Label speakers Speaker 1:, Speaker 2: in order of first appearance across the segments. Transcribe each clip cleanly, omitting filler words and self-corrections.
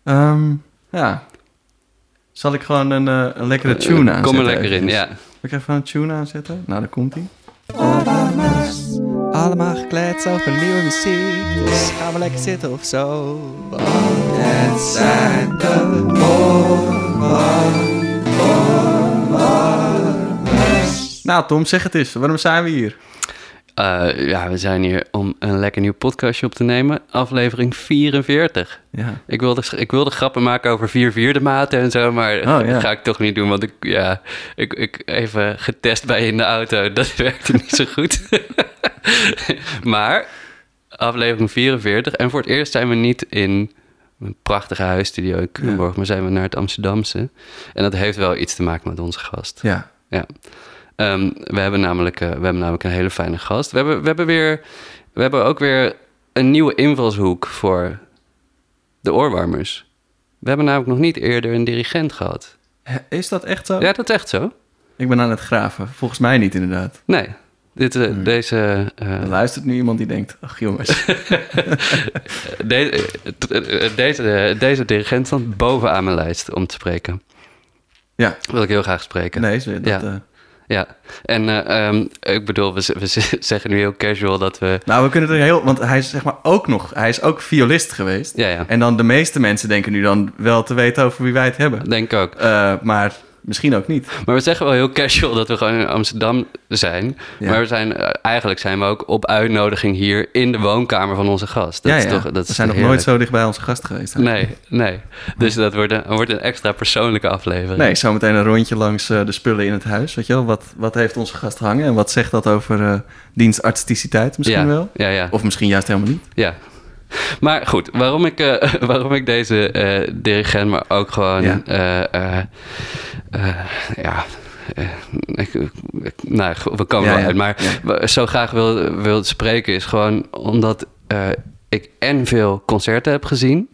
Speaker 1: Ja. Zal ik gewoon een lekkere tune aanzetten?
Speaker 2: Kom er lekker in, ja.
Speaker 1: Zal ik even een tune aanzetten? Nou, daar komt-ie.
Speaker 3: Allemaal gekletst over nieuwe muziek. Dus gaan we lekker zitten of zo. Het zijn de Oorwarmers.
Speaker 1: Nou, Tom, zeg het eens. Waarom zijn we hier?
Speaker 2: We zijn hier om een lekker nieuw podcastje op te nemen. Aflevering 44.
Speaker 1: Ja.
Speaker 2: Ik wilde grappen maken over 4/4 maten en zo, maar dat ga ik toch niet doen. Want ik even getest bij je in de auto. Dat werkte niet zo goed. Maar aflevering 44. En voor het eerst zijn we niet in een prachtige huisstudio in Culemborg, maar zijn we naar het Amsterdamse. En dat heeft wel iets te maken met onze gast.
Speaker 1: Ja.
Speaker 2: We hebben namelijk een hele fijne gast. We hebben ook weer een nieuwe invalshoek voor de oorwarmers. We hebben namelijk nog niet eerder een dirigent gehad.
Speaker 1: Is dat echt zo?
Speaker 2: Ja, dat is echt zo.
Speaker 1: Ik ben aan het graven. Volgens mij niet, inderdaad.
Speaker 2: Nee. Deze...
Speaker 1: Er luistert nu iemand die denkt, ach jongens.
Speaker 2: Deze dirigent stond bovenaan mijn lijst om te spreken.
Speaker 1: Ja.
Speaker 2: Wil ik heel graag spreken.
Speaker 1: Nee, dat...
Speaker 2: Ja, en ik bedoel, we zeggen nu heel casual dat we...
Speaker 1: Nou, we kunnen er want hij is zeg maar hij is ook violist geweest.
Speaker 2: Ja.
Speaker 1: En dan de meeste mensen denken nu dan wel te weten over wie wij het hebben.
Speaker 2: Denk ik ook.
Speaker 1: Maar misschien ook niet.
Speaker 2: Maar we zeggen wel heel casual dat we gewoon in Amsterdam zijn. Ja. Maar eigenlijk zijn we ook op uitnodiging hier in de woonkamer van onze gast. Dat is toch, dat
Speaker 1: we zijn nog nooit zo dicht bij onze gast geweest.
Speaker 2: Nee. Dus dat wordt een extra persoonlijke aflevering.
Speaker 1: Nee, zometeen een rondje langs de spullen in het huis. Weet je wel, wat heeft onze gast hangen? En wat zegt dat over diens artisticiteit misschien wel?
Speaker 2: Ja.
Speaker 1: Of misschien juist helemaal niet.
Speaker 2: Ja. Maar goed, waarom ik deze dirigent, maar ook gewoon... we komen wel uit. Maar zo graag wil spreken is gewoon omdat ik veel concerten heb gezien.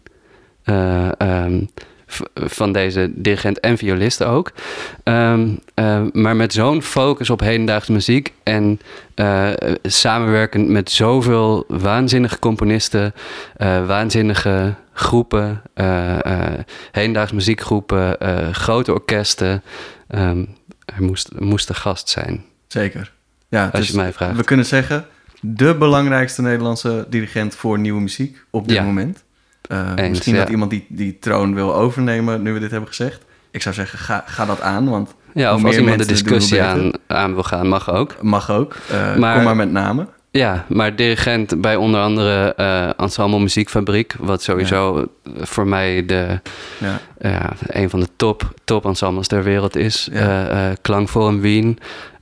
Speaker 2: Van deze dirigent en violisten ook. Maar met zo'n focus op hedendaagse muziek en samenwerkend met zoveel waanzinnige componisten, waanzinnige groepen, hedendaagse muziekgroepen, grote orkesten. Er moest een gast zijn.
Speaker 1: Zeker. Ja,
Speaker 2: als je mij vraagt.
Speaker 1: We kunnen zeggen, de belangrijkste Nederlandse dirigent voor nieuwe muziek op dit moment. Misschien dat iemand die troon wil overnemen, nu we dit hebben gezegd. Ik zou zeggen, ga dat aan, want...
Speaker 2: Ja, of als iemand de discussie aan wil gaan, mag ook.
Speaker 1: Mag ook, kom maar met namen.
Speaker 2: Ja, maar dirigent bij onder andere Ensemble Muziekfabriek... wat sowieso voor mij een van de top ensembles ter wereld is. Klankforum Wien.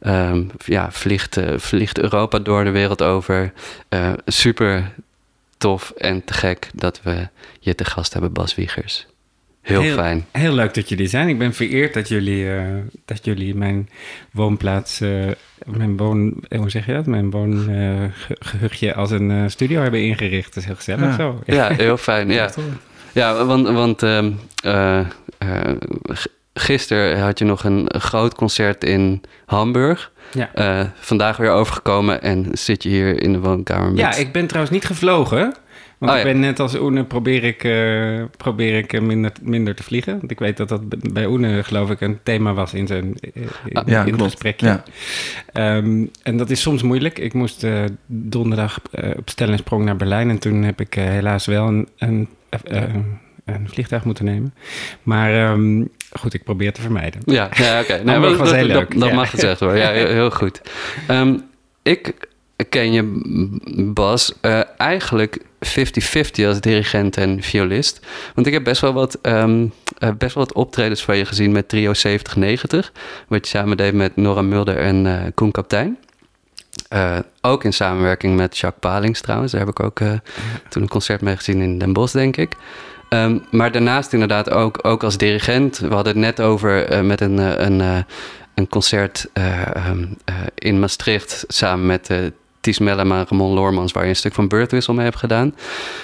Speaker 2: Vliegt Europa door de wereld over. Super tof en te gek dat we je te gast hebben, Bas Wiegers. Heel fijn.
Speaker 4: Heel leuk dat jullie zijn. Ik ben vereerd dat jullie mijn woonplaats, mijn woongehuchtje als een studio hebben ingericht. Dat is heel gezellig zo.
Speaker 2: Ja, heel fijn. Ja, want gisteren had je nog een groot concert in Hamburg. Ja. Vandaag weer overgekomen en zit je hier in de woonkamer met...
Speaker 4: Ja, ik ben trouwens niet gevlogen. Want ik ben net als Oene probeer ik minder te vliegen. Want ik weet dat bij Oene, geloof ik, een thema was in zijn in het gesprekje. Ja. En dat is soms moeilijk. Ik moest donderdag op stel en sprong naar Berlijn. En toen heb ik helaas wel een vliegtuig moeten nemen. Maar goed, ik probeer te vermijden.
Speaker 2: Ja, oké.
Speaker 4: Nee, maar dat was heel leuk.
Speaker 2: Dat mag gezegd worden. Ja, heel goed. Ik ken je, Bas, eigenlijk 50-50 als dirigent en violist. Want ik heb best wel wat optredens van je gezien met Trio 7090. Wat je samen deed met Nora Mulder en Koen Kaptein. Ook in samenwerking met Jacques Palings trouwens. Daar heb ik ook toen een concert mee gezien in Den Bosch, denk ik. Maar daarnaast inderdaad ook als dirigent. We hadden het net over met een concert in Maastricht samen met Ties Mellema en Ramon Loormans, waar je een stuk van Birthwhistle mee hebt gedaan.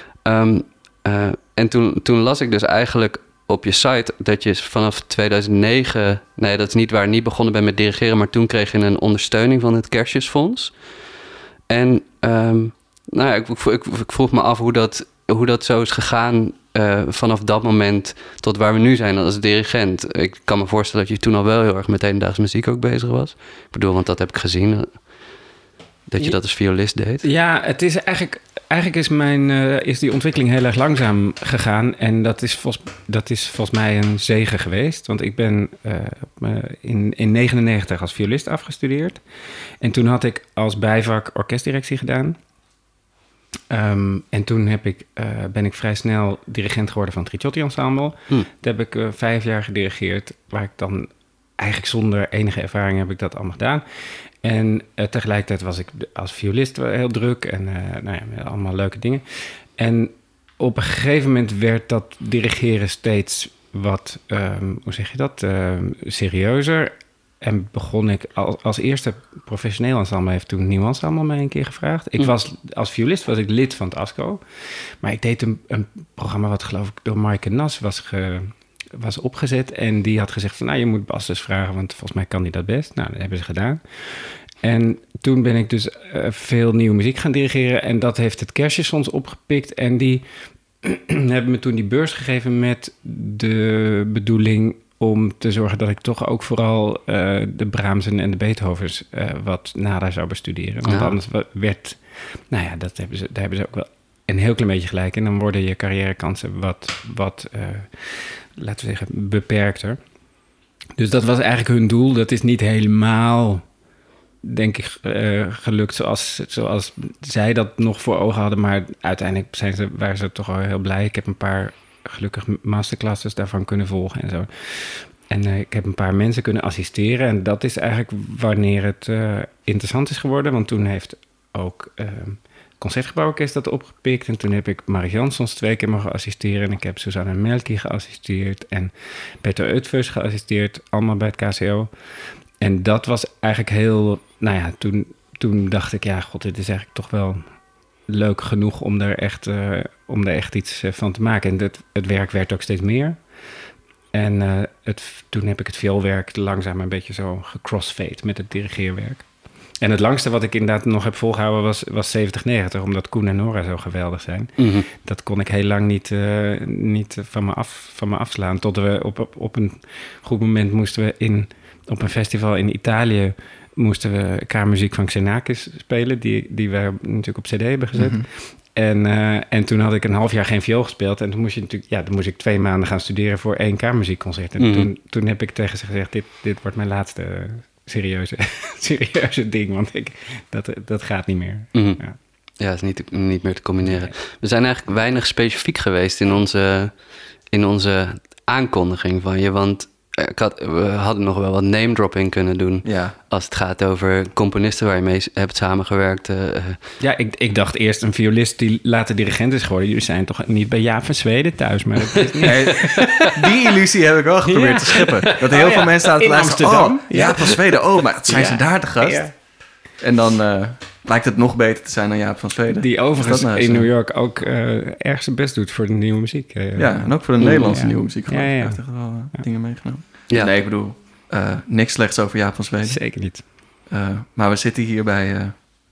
Speaker 2: En toen las ik dus eigenlijk op je site dat je vanaf 2009... Nee, dat is niet waar, niet begonnen bent met dirigeren, maar toen kreeg je een ondersteuning van het Kerstjesfonds. En ik vroeg me af hoe dat zo is gegaan vanaf dat moment tot waar we nu zijn als dirigent. Ik kan me voorstellen dat je toen al wel heel erg met hedendaagse muziek ook bezig was. Ik bedoel, want dat heb ik gezien. Dat je dat als violist deed.
Speaker 4: Ja, het is eigenlijk is die ontwikkeling heel erg langzaam gegaan. En dat is volgens mij een zegen geweest. Want ik ben in 1999 als violist afgestudeerd. En toen had ik als bijvak orkestdirectie gedaan. En toen ben ik vrij snel dirigent geworden van het Ricciotti Ensemble. Daar heb ik 5 jaar gedirigeerd, waar ik dan eigenlijk zonder enige ervaring heb ik dat allemaal gedaan. En tegelijkertijd was ik als violist heel druk en allemaal leuke dingen. En op een gegeven moment werd dat dirigeren steeds wat, serieuzer. En begon ik als eerste professioneel ensemble, heeft toen een nieuw ensemble mij een keer gevraagd. Als violist was ik lid van het ASCO. Maar ik deed een programma wat geloof ik door Maaike Nas was opgezet. En die had gezegd van je moet Bas dus vragen, want volgens mij kan hij dat best. Nou, dat hebben ze gedaan. En toen ben ik dus veel nieuwe muziek gaan dirigeren. En dat heeft het Kerstjesfonds opgepikt. En die hebben me toen die beurs gegeven met de bedoeling om te zorgen dat ik toch ook vooral de Brahmsen en de Beethovens wat nader zou bestuderen. Want anders werd, daar hebben ze ook wel een heel klein beetje gelijk. En dan worden je carrièrekansen wat laten we zeggen, beperkter. Dus dat was eigenlijk hun doel. Dat is niet helemaal, denk ik, gelukt zoals zij dat nog voor ogen hadden. Maar uiteindelijk waren ze toch wel heel blij. Ik heb een paar gelukkig masterclasses daarvan kunnen volgen en zo. En ik heb een paar mensen kunnen assisteren. En dat is eigenlijk wanneer het interessant is geworden. Want toen heeft ook Concertgebouworkest dat opgepikt. En toen heb ik Marie Jansons 2 keer mogen assisteren. En ik heb Susanne Melky geassisteerd. En Peter Uitfus geassisteerd. Allemaal bij het KCO. En dat was eigenlijk heel... Toen dacht ik, dit is eigenlijk toch wel leuk genoeg om er echt iets van te maken. En het werk werd ook steeds meer. En toen heb ik het vioolwerk langzaam een beetje zo gecrossfade met het dirigeerwerk. En het langste wat ik inderdaad nog heb volgehouden was 70-90, omdat Koen en Nora zo geweldig zijn. Mm-hmm. Dat kon ik heel lang niet van me afslaan. Tot we op een goed moment moesten we op een festival in Italië moesten we kamermuziek van Xenakis spelen, die we natuurlijk op CD hebben gezet. Mm-hmm. En toen had ik een half jaar geen viool gespeeld. En toen moest ik 2 maanden gaan studeren voor 1 kamermuziekconcert. En toen heb ik tegen ze gezegd, dit wordt mijn laatste serieuze ding. Want dat gaat niet meer.
Speaker 2: Mm-hmm. Ja, het is niet meer te combineren. Nee. We zijn eigenlijk weinig specifiek geweest in onze aankondiging van je. Want we hadden nog wel wat name dropping kunnen doen. Ja. Als het gaat over componisten waar je mee hebt samengewerkt.
Speaker 4: Ja, ik dacht eerst een violist die later dirigent is geworden. Jullie zijn toch niet bij Jaap van Zweden thuis? Maar dat is niet...
Speaker 1: Nee, die illusie heb ik wel geprobeerd te scheppen. Dat heel veel mensen aan het luisteren. Jaap van Zweden, maar zijn ze daar te gast? Ja. En dan lijkt het nog beter te zijn dan Jaap van Zweden.
Speaker 4: Die overigens in New York ook erg zijn best doet voor de nieuwe muziek.
Speaker 1: Ja, en ook voor de Nederlandse nieuwe muziek. Ja. Ik heb echt wel dingen meegenomen. Ja. Nee, ik bedoel, niks slechts over Jaap van Zweden.
Speaker 4: Zeker niet.
Speaker 1: Maar we zitten hier bij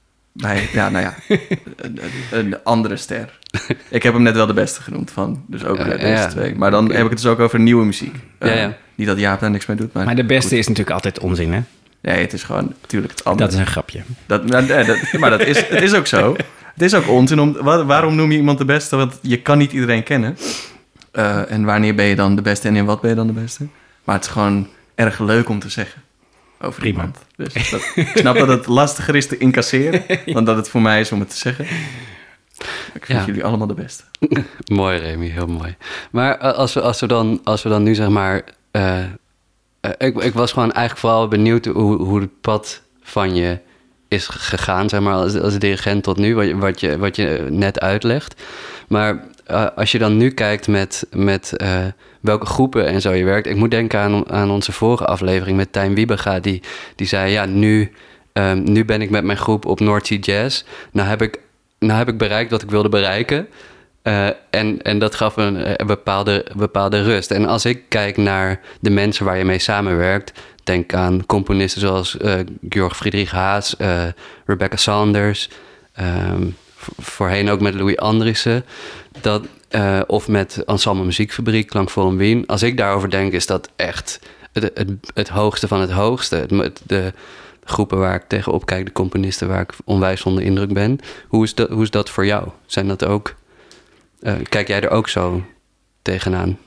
Speaker 1: een andere ster. Ik heb hem net wel de beste genoemd van, dus ook deze 2. Maar dan heb ik het dus ook over nieuwe muziek. Niet dat Jaap daar niks mee doet. Maar
Speaker 4: de beste is natuurlijk altijd onzin, hè?
Speaker 1: Nee, het is gewoon natuurlijk het andere.
Speaker 4: Dat is een grapje.
Speaker 1: Maar het is ook zo. Het is ook onzin. Waarom noem je iemand de beste? Want je kan niet iedereen kennen. En wanneer ben je dan de beste en in wat ben je dan de beste? Maar het is gewoon erg leuk om te zeggen over iemand. Dus ik snap dat het lastiger is te incasseren dan dat het voor mij is om het te zeggen. Ik vind jullie allemaal de beste.
Speaker 2: Mooi, Remy, heel mooi. Maar als we dan nu zeg maar... Ik was gewoon eigenlijk vooral benieuwd hoe het pad van je is gegaan, zeg maar, als dirigent tot nu, wat je net uitlegt. Maar als je dan nu kijkt met welke groepen en zo je werkt... Ik moet denken aan onze vorige aflevering met Tijn Wiebega, die zei, nu ben ik met mijn groep op North Sea Jazz. Nou heb ik bereikt wat ik wilde bereiken. En dat gaf een bepaalde rust. En als ik kijk naar de mensen waar je mee samenwerkt... denk aan componisten zoals Georg Friedrich Haas, Rebecca Sanders... voorheen ook met Louis Andriessen... of met Ensemble Muziekfabriek, Klankvol Wien. Als ik daarover denk, is dat echt het hoogste van het hoogste. De groepen waar ik tegenop kijk, de componisten waar ik onwijs onder indruk ben. Hoe is dat voor jou? Zijn dat ook... kijk jij er ook zo tegenaan?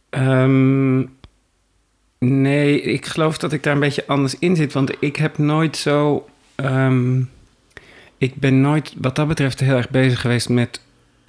Speaker 4: Nee, ik geloof dat ik daar een beetje anders in zit. Want ik heb nooit zo... ik ben nooit wat dat betreft heel erg bezig geweest met...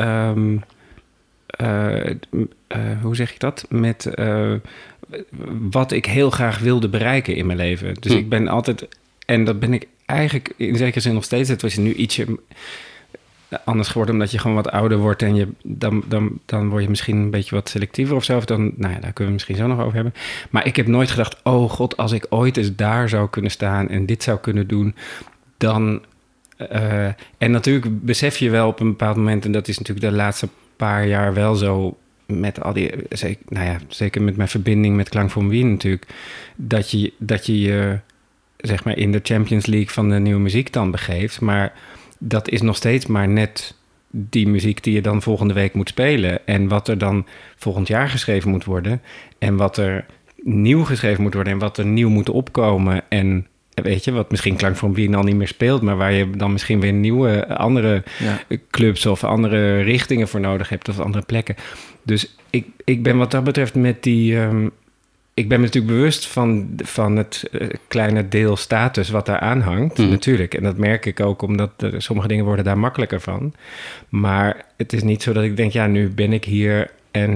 Speaker 4: hoe zeg ik dat? Met wat ik heel graag wilde bereiken in mijn leven. Dus ik ben altijd... En dat ben ik eigenlijk in zekere zin nog steeds. Het was nu ietsje anders geworden... omdat je gewoon wat ouder wordt... en dan word je misschien een beetje wat selectiever of zo. Of dan, nou ja, daar kunnen we het misschien zo nog over hebben. Maar ik heb nooit gedacht... oh god, als ik ooit eens daar zou kunnen staan... en dit zou kunnen doen... dan... en natuurlijk besef je wel op een bepaald moment... en dat is natuurlijk de laatste paar jaar wel zo... met al die... zeker met mijn verbinding met Klankvol Wien natuurlijk... dat je zeg maar in de Champions League van de nieuwe muziek dan begeeft. Maar dat is nog steeds maar net die muziek die je dan volgende week moet spelen. En wat er dan volgend jaar geschreven moet worden. En wat er nieuw geschreven moet worden. En wat er nieuw moet opkomen. En weet je, wat misschien Klankvol Wien al niet meer speelt. Maar waar je dan misschien weer nieuwe, andere clubs of andere richtingen voor nodig hebt. Of andere plekken. Dus ik ben wat dat betreft met die... ik ben me natuurlijk bewust van het kleine deel status wat daar aan hangt. Natuurlijk. En dat merk ik ook, omdat sommige dingen worden daar makkelijker van. Maar het is niet zo dat ik denk, ja, nu ben ik hier en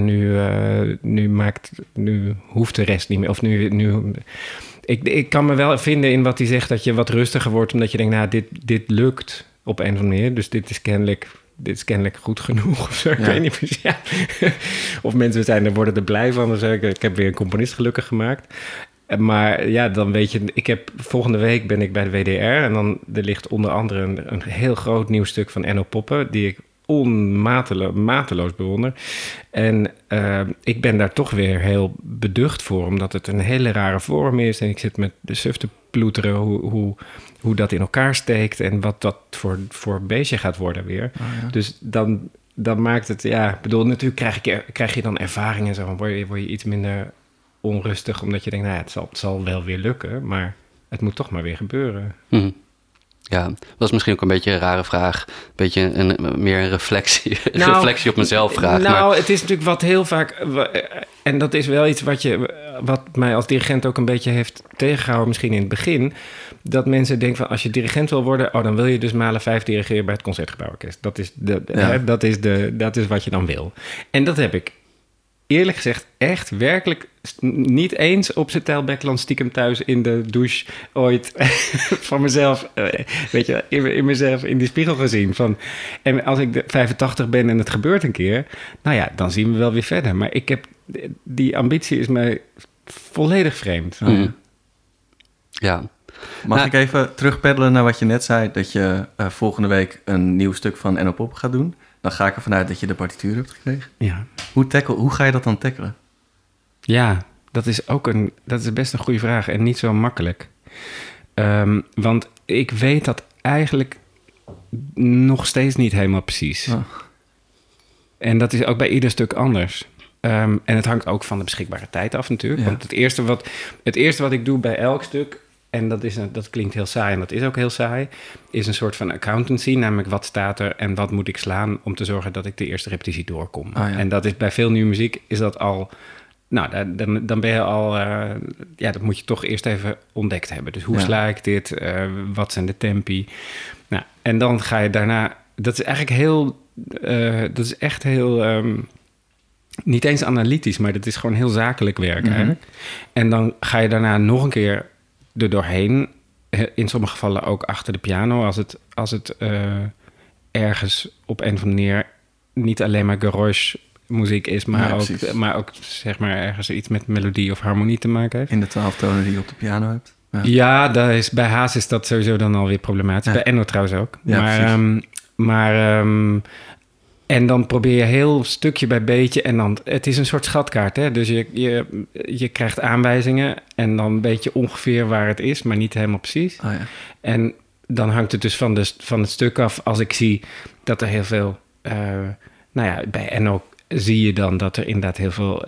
Speaker 4: nu hoeft de rest niet meer. Of nu ik kan me wel vinden in wat hij zegt, dat je wat rustiger wordt, omdat je denkt, nou, dit lukt op een of andere manier. Dus dit is kennelijk goed genoeg of zo. Ik weet niet precies. Ja. Of mensen worden er blij van. Dus ik heb weer een componist gelukkig gemaakt. Maar ja, dan weet je... volgende week ben ik bij de WDR... en dan er ligt onder andere een heel groot nieuw stuk van Enno Poppe... die ik mateloos bewonder. En ik ben daar toch weer heel beducht voor... omdat het een hele rare vorm is... en ik zit met de suf te ploeteren... hoe dat in elkaar steekt... en wat dat voor beestje gaat worden weer. Oh, ja. Dus dan maakt het... ja, ik bedoel, natuurlijk krijg je dan ervaring en zo... word je iets minder onrustig... omdat je denkt, nou ja, het zal wel weer lukken... maar het moet toch maar weer gebeuren.
Speaker 2: Ja, dat was misschien ook een beetje een rare vraag. Een beetje meer een reflectie. Nou, reflectie op mezelf vraag.
Speaker 4: Nou, het is natuurlijk wat heel vaak... en dat is wel iets wat mij als dirigent ook een beetje heeft tegengehouden... misschien in het begin... dat mensen denken van als je dirigent wil worden... dan wil je dus malen 5 dirigeren bij het Concertgebouworkest. Dat is wat je dan wil. En dat heb ik eerlijk gezegd echt werkelijk... niet eens op zijn Telbeckland stiekem thuis in de douche ooit van mezelf, weet je, in mezelf in die spiegel gezien. En als ik 85 ben en het gebeurt een keer, nou ja, dan zien we wel weer verder. Maar die ambitie is mij volledig vreemd.
Speaker 2: Ja.
Speaker 1: Mag ik even terugpeddelen naar wat je net zei, dat je volgende week een nieuw stuk van Enno Poppe gaat doen? Dan ga ik ervan uit dat je de partituur hebt gekregen.
Speaker 4: Ja.
Speaker 1: Hoe ga je dat dan tackelen?
Speaker 4: Ja, dat is best een goede vraag en niet zo makkelijk. Want ik weet dat eigenlijk nog steeds niet helemaal precies. Oh. En dat is ook bij ieder stuk anders. En het hangt ook van de beschikbare tijd af natuurlijk. Ja. Want het eerste wat ik doe bij elk stuk... en dat klinkt heel saai en dat is ook heel saai... is een soort van accountancy, namelijk wat staat er... en wat moet ik slaan om te zorgen dat ik de eerste repetitie doorkom. Oh, ja. En dat is bij veel nieuwe muziek is dat al... Nou, dan ben je al... dat moet je toch eerst even ontdekt hebben. Dus hoe sla ik dit? Wat zijn de tempi? Nou, en dan ga je daarna... Dat is eigenlijk heel... niet eens analytisch, maar dat is gewoon heel zakelijk werk eigenlijk. En dan ga je daarna nog een keer er doorheen. In sommige gevallen ook achter de piano. Als het ergens op een of andere manier niet alleen maar garage muziek is, maar ook zeg maar ergens iets met melodie of harmonie te maken heeft.
Speaker 1: In de 12 tonen die je op de piano hebt.
Speaker 4: Ja, bij Haas is dat sowieso dan alweer problematisch. Ja. Bij Enno trouwens ook. Ja, maar en dan probeer je heel stukje bij beetje... en dan, het is een soort schatkaart, hè? Dus je krijgt aanwijzingen... en dan weet je ongeveer waar het is... maar niet helemaal precies. Oh ja. En dan hangt het dus van het stuk af... als ik zie dat er heel veel... bij Enno zie je dan dat er inderdaad heel veel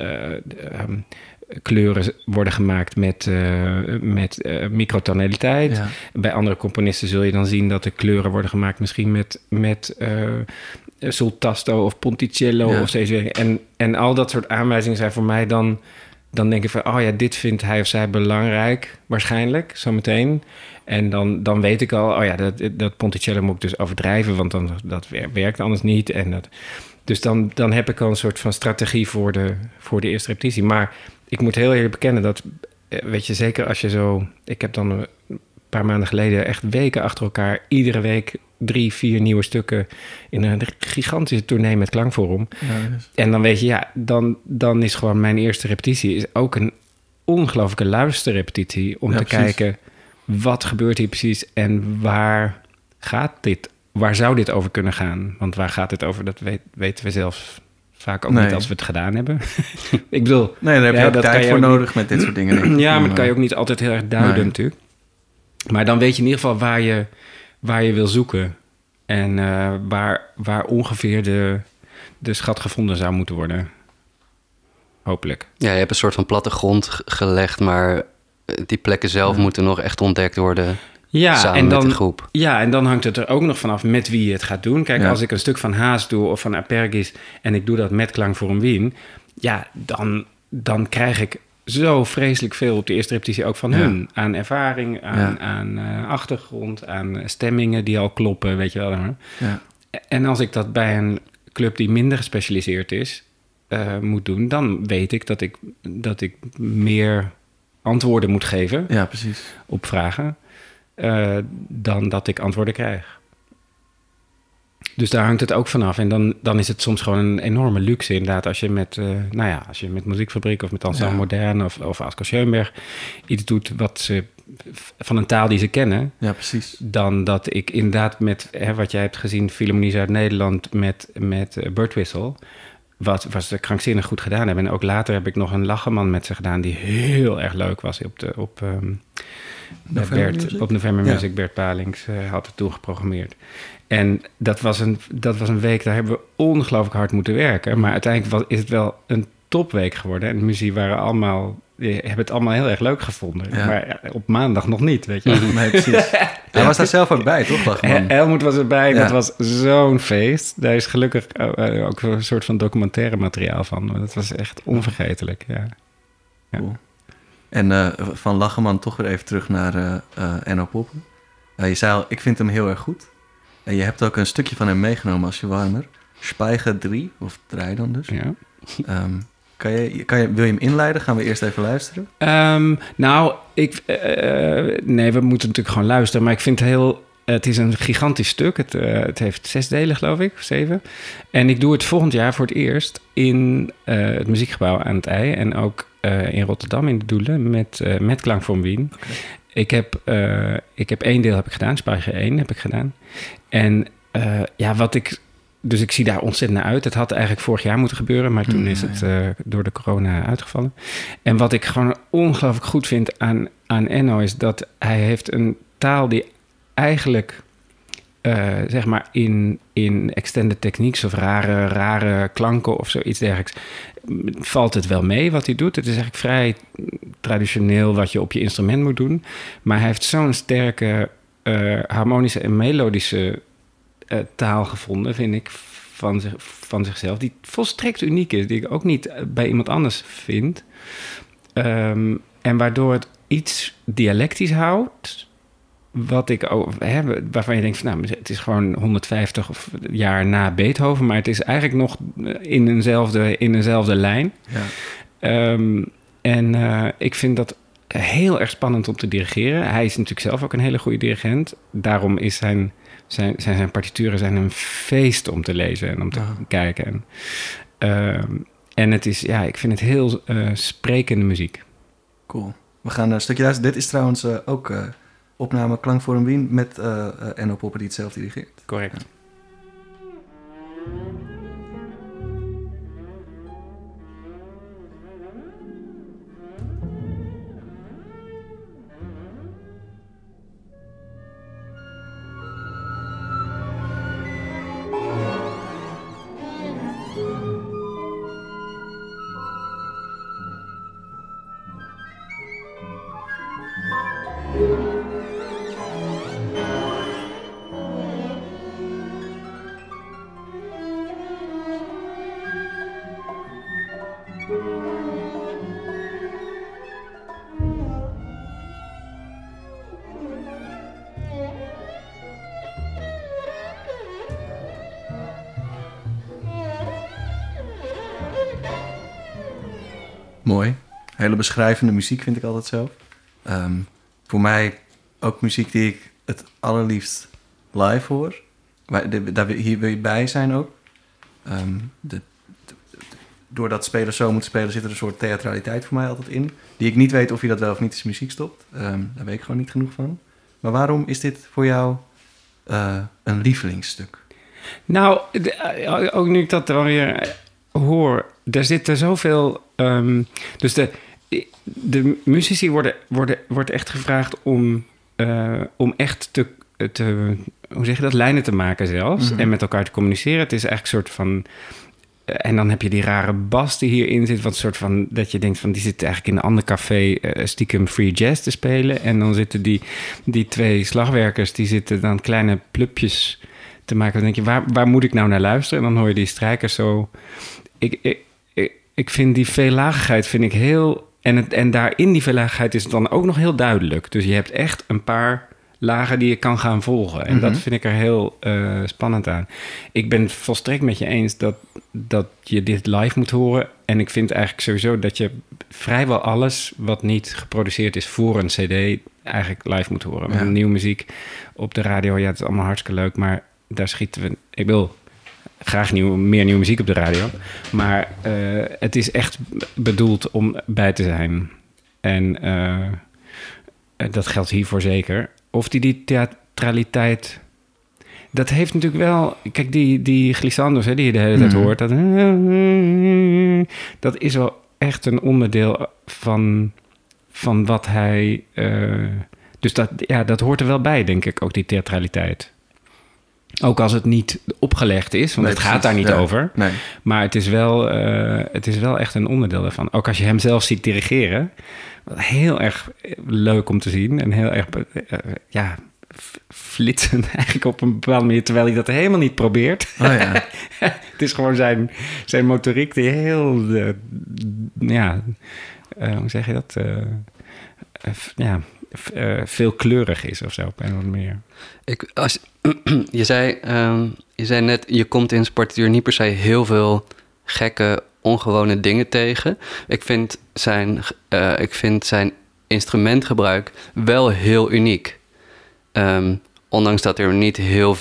Speaker 4: kleuren worden gemaakt met microtonaliteit. Ja. Bij andere componisten zul je dan zien dat de kleuren worden gemaakt misschien met Sultasto of Ponticello of zoiets. En al dat soort aanwijzingen zijn voor mij dan denk ik van, dit vindt hij of zij belangrijk, waarschijnlijk, zometeen. En dan weet ik al, dat Ponticello moet ik dus overdrijven, want dat werkt anders niet. Dus dan heb ik al een soort van strategie voor de eerste repetitie. Maar ik moet heel eerlijk bekennen dat, weet je, zeker als je zo... Ik heb dan een paar maanden geleden echt weken achter elkaar, iedere week 3, 4 nieuwe stukken in een gigantische tournee met Klankforum. Ja, dus. En dan weet je, dan is gewoon mijn eerste repetitie is ook een ongelooflijke luisterrepetitie om te kijken, wat gebeurt hier precies en waar zou dit over kunnen gaan? Want waar gaat dit over, dat weten we zelf vaak ook niet als we het gedaan hebben. Ik bedoel...
Speaker 1: Nee, daar heb je ook tijd voor nodig met dit soort dingen. Denk ik.
Speaker 4: Ja, maar dat kan je ook niet altijd heel erg duiden natuurlijk. Maar dan weet je in ieder geval waar je wil zoeken. En waar ongeveer de schat gevonden zou moeten worden. Hopelijk.
Speaker 2: Ja, je hebt een soort van plattegrond gelegd, maar die plekken zelf moeten nog echt ontdekt worden. Ja, samen met de groep.
Speaker 4: Ja, en dan hangt het er ook nog vanaf met wie je het gaat doen. Kijk, als ik een stuk van Haas doe of van Apergis en ik doe dat met Klankforum Wien, ja, dan krijg ik zo vreselijk veel op de eerste repetitie ook van hun. Aan ervaring, aan achtergrond, aan stemmingen die al kloppen, weet je wel. Ja. En als ik dat bij een club die minder gespecialiseerd is, moet doen, dan weet ik dat ik meer antwoorden moet geven op vragen. Dan dat ik antwoorden krijg. Dus daar hangt het ook vanaf. En dan is het soms gewoon een enorme luxe inderdaad, als je met Muziekfabriek of met Ensemble Moderne of Asko Schoenberg iets doet wat ze van een taal die ze kennen.
Speaker 1: Ja, precies.
Speaker 4: Dan dat ik inderdaad met wat jij hebt gezien, Philharmonie Zuid-Nederland met Birdwhistle, wat ze krankzinnig goed gedaan hebben. En ook later heb ik nog een Lacheman met ze gedaan die heel erg leuk was op November Music. Bert Palings had het toen geprogrammeerd. En dat was een week, daar hebben we ongelooflijk hard moeten werken. Maar uiteindelijk is het wel een topweek geworden. En de muziek die hebben het allemaal heel erg leuk gevonden. Ja. Maar op maandag nog niet, weet je.
Speaker 1: Nee, precies. Hij was daar zelf ook bij, toch?
Speaker 4: Helmoet was erbij. Ja. Dat was zo'n feest. Daar is gelukkig ook een soort van documentaire materiaal van. Maar dat was echt onvergetelijk, ja.
Speaker 1: Cool. En van Lacheman toch weer even terug naar Enno Poppen. Je zei al, ik vind hem heel erg goed. En je hebt ook een stukje van hem meegenomen als je warmer. Spijger 3, of 3 dan dus. Ja. Wil je hem inleiden? Gaan we eerst even luisteren?
Speaker 4: Nee, we moeten natuurlijk gewoon luisteren. Maar ik vind het is een gigantisch stuk. Het heeft 6 delen, geloof ik, of 7. En ik doe het volgend jaar voor het eerst in het Muziekgebouw aan het IJ. En ook in Rotterdam in de Doelen met Klankforum Wien. Okay. Ik heb 1 deel gedaan, Spijger 1 heb ik gedaan. En dus ik zie daar ontzettend naar uit. Het had eigenlijk vorig jaar moeten gebeuren, maar toen is het door de corona uitgevallen. En wat ik gewoon ongelooflijk goed vind aan Enno is dat hij heeft een taal die eigenlijk, zeg maar in extended techniques of rare klanken of zoiets dergelijks, valt het wel mee wat hij doet. Het is eigenlijk vrij traditioneel wat je op je instrument moet doen. Maar hij heeft zo'n sterke harmonische en melodische taal gevonden, vind ik, van zichzelf, die volstrekt uniek is, die ik ook niet bij iemand anders vind. En waardoor het iets dialectisch houdt, waarvan je denkt van, het is gewoon 150 jaar na Beethoven, maar het is eigenlijk nog in eenzelfde lijn. Ja. Ik vind dat heel erg spannend om te dirigeren. Hij is natuurlijk zelf ook een hele goede dirigent. Daarom is zijn partituren zijn een feest om te lezen en om te kijken. En het is, ik vind het heel sprekende muziek.
Speaker 1: Cool. We gaan een stukje luisteren. Dit is trouwens ook opname Klankforum Wien met Enno Poppen die het zelf dirigeert.
Speaker 4: Correct. Ja.
Speaker 1: Mooi. Hele beschrijvende muziek vind ik altijd zelf. Voor mij ook muziek die ik het allerliefst live hoor. Hier wil je bij zijn ook. Doordat spelers zo moeten spelen, zit er een soort theatraliteit voor mij altijd in. Die ik niet weet of je dat wel of niet in muziek stopt. Daar weet ik gewoon niet genoeg van. Maar waarom is dit voor jou een lievelingsstuk?
Speaker 4: Nou, ook nu ik dat alweer hoor, er zitten zoveel... dus de muzici wordt echt gevraagd om echt te hoe zeg je dat, lijnen te maken zelfs. Mm-hmm. En met elkaar te communiceren. Het is eigenlijk een soort van... en dan heb je die rare bas die hierin zit. Wat soort van, dat je denkt van, die zit eigenlijk in een ander café stiekem free jazz te spelen. En dan zitten die twee slagwerkers, die zitten dan kleine plupjes te maken. Dan denk je, waar moet ik nou naar luisteren? En dan hoor je die strijkers zo... Ik vind die veellagigheid vind ik heel... En daarin die veellagigheid is het dan ook nog heel duidelijk. Dus je hebt echt een paar lagen die je kan gaan volgen. En dat vind ik er heel spannend aan. Ik ben volstrekt met je eens dat je dit live moet horen. En ik vind eigenlijk sowieso dat je vrijwel alles wat niet geproduceerd is voor een cd eigenlijk live moet horen. Ja. Nieuwe muziek op de radio, ja, het is allemaal hartstikke leuk. Maar daar schieten we... Ik wil graag meer nieuwe muziek op de radio. Maar het is echt bedoeld om bij te zijn. En dat geldt hiervoor zeker. Of die theatraliteit... Dat heeft natuurlijk wel... Kijk, die glissandos die je de hele tijd hoort... Dat is wel echt een onderdeel van wat hij... dus dat hoort er wel bij, denk ik, ook die theatraliteit. Ook als het niet opgelegd is, want het gaat daar niet over. Nee. Maar het is wel echt een onderdeel daarvan. Ook als je hem zelf ziet dirigeren. Heel erg leuk om te zien. En heel erg flitsend eigenlijk op een bepaalde manier. Terwijl hij dat helemaal niet probeert. Oh, ja. Het is gewoon zijn motoriek die heel... hoe zeg je dat? Veelkleurig is of zo, op een of andere manier.
Speaker 2: Je zei net, je komt in zijn partituur niet per se heel veel gekke, ongewone dingen tegen. Ik vind zijn instrumentgebruik wel heel uniek. Ondanks dat er niet heel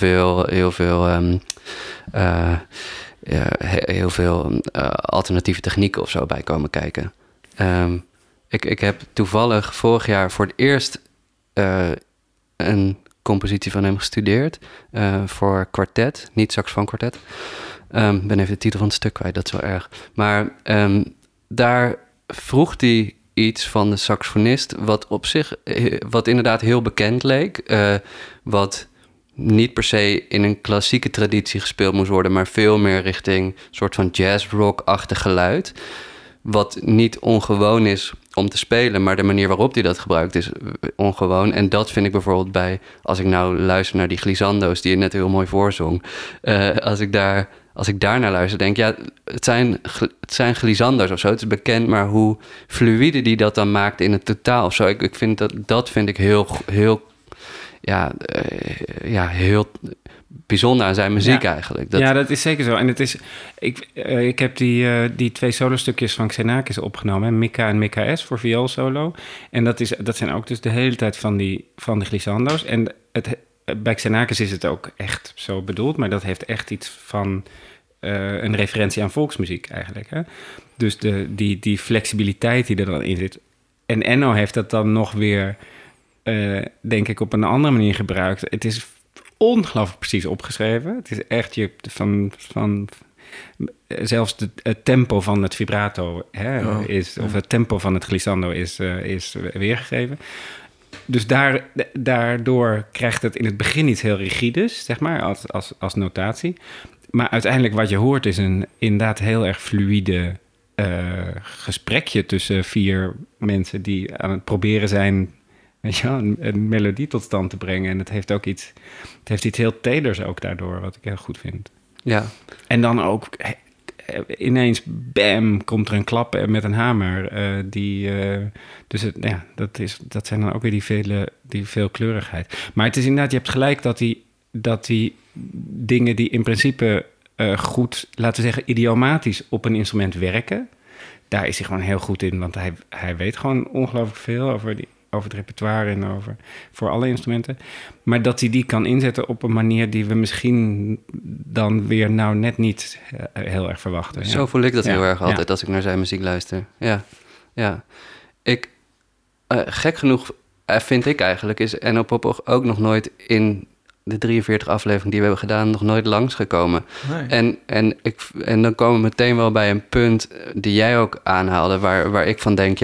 Speaker 2: veel alternatieve technieken of zo bij komen kijken. Ik heb toevallig vorig jaar voor het eerst een compositie van hem gestudeerd voor kwartet, niet saxofoonkwartet. Ben even de titel van het stuk kwijt, dat is wel erg. Maar daar vroeg hij iets van de saxofonist wat inderdaad heel bekend leek. Wat niet per se in een klassieke traditie gespeeld moest worden, maar veel meer richting een soort van jazz-rock-achtig geluid. Wat niet ongewoon is om te spelen, maar de manier waarop hij dat gebruikt is ongewoon. En dat vind ik bijvoorbeeld als ik nou luister naar die glissando's die je net heel mooi voorzong. Als ik daar naar luister, denk ik, ja, het zijn glissando's of zo. Het is bekend, maar hoe fluïde die dat dan maakt in het totaal of zo. Ik vind dat vind ik heel bijzonder aan zijn muziek eigenlijk.
Speaker 4: Ja, dat is zeker zo. En het is... Ik heb die twee solostukjes van Xenakis opgenomen. Hè? Mika en Mika S voor viool solo. En dat zijn ook dus de hele tijd van die glissando's. En bij Xenakis is het ook echt zo bedoeld. Maar dat heeft echt iets van een referentie aan volksmuziek eigenlijk. Hè? Dus die flexibiliteit die er dan in zit. En Enno heeft dat dan nog weer... denk ik op een andere manier gebruikt. Het is ongelooflijk precies opgeschreven. Het is echt van zelfs het tempo van het vibrato of het tempo van het glissando is weergegeven. Dus daardoor krijgt het in het begin iets heel rigides, zeg maar, als notatie. Maar uiteindelijk wat je hoort is een inderdaad heel erg fluïde gesprekje tussen 4 mensen die aan het proberen zijn, weet je wel, een melodie tot stand te brengen. En het heeft iets heel teders ook daardoor, wat ik heel goed vind.
Speaker 2: Ja.
Speaker 4: En dan ook ineens, bam, komt er een klap met een hamer. Dat zijn dan ook weer die veelkleurigheid. Maar het is inderdaad, je hebt gelijk dat die dingen die in principe goed, laten we zeggen, idiomatisch op een instrument werken, daar is hij gewoon heel goed in, want hij weet gewoon ongelooflijk veel over het repertoire en voor alle instrumenten. Maar dat hij die kan inzetten op een manier die we misschien dan weer nou net niet heel erg verwachten.
Speaker 2: Zo voel ik dat heel erg altijd als ik naar zijn muziek luister. Ja. Gek genoeg vind ik eigenlijk, is Enno Pop ook nog nooit in de 43 afleveringen die we hebben gedaan, nog nooit langsgekomen. Nee. En dan komen we meteen wel bij een punt die jij ook aanhaalde, waar ik van denk,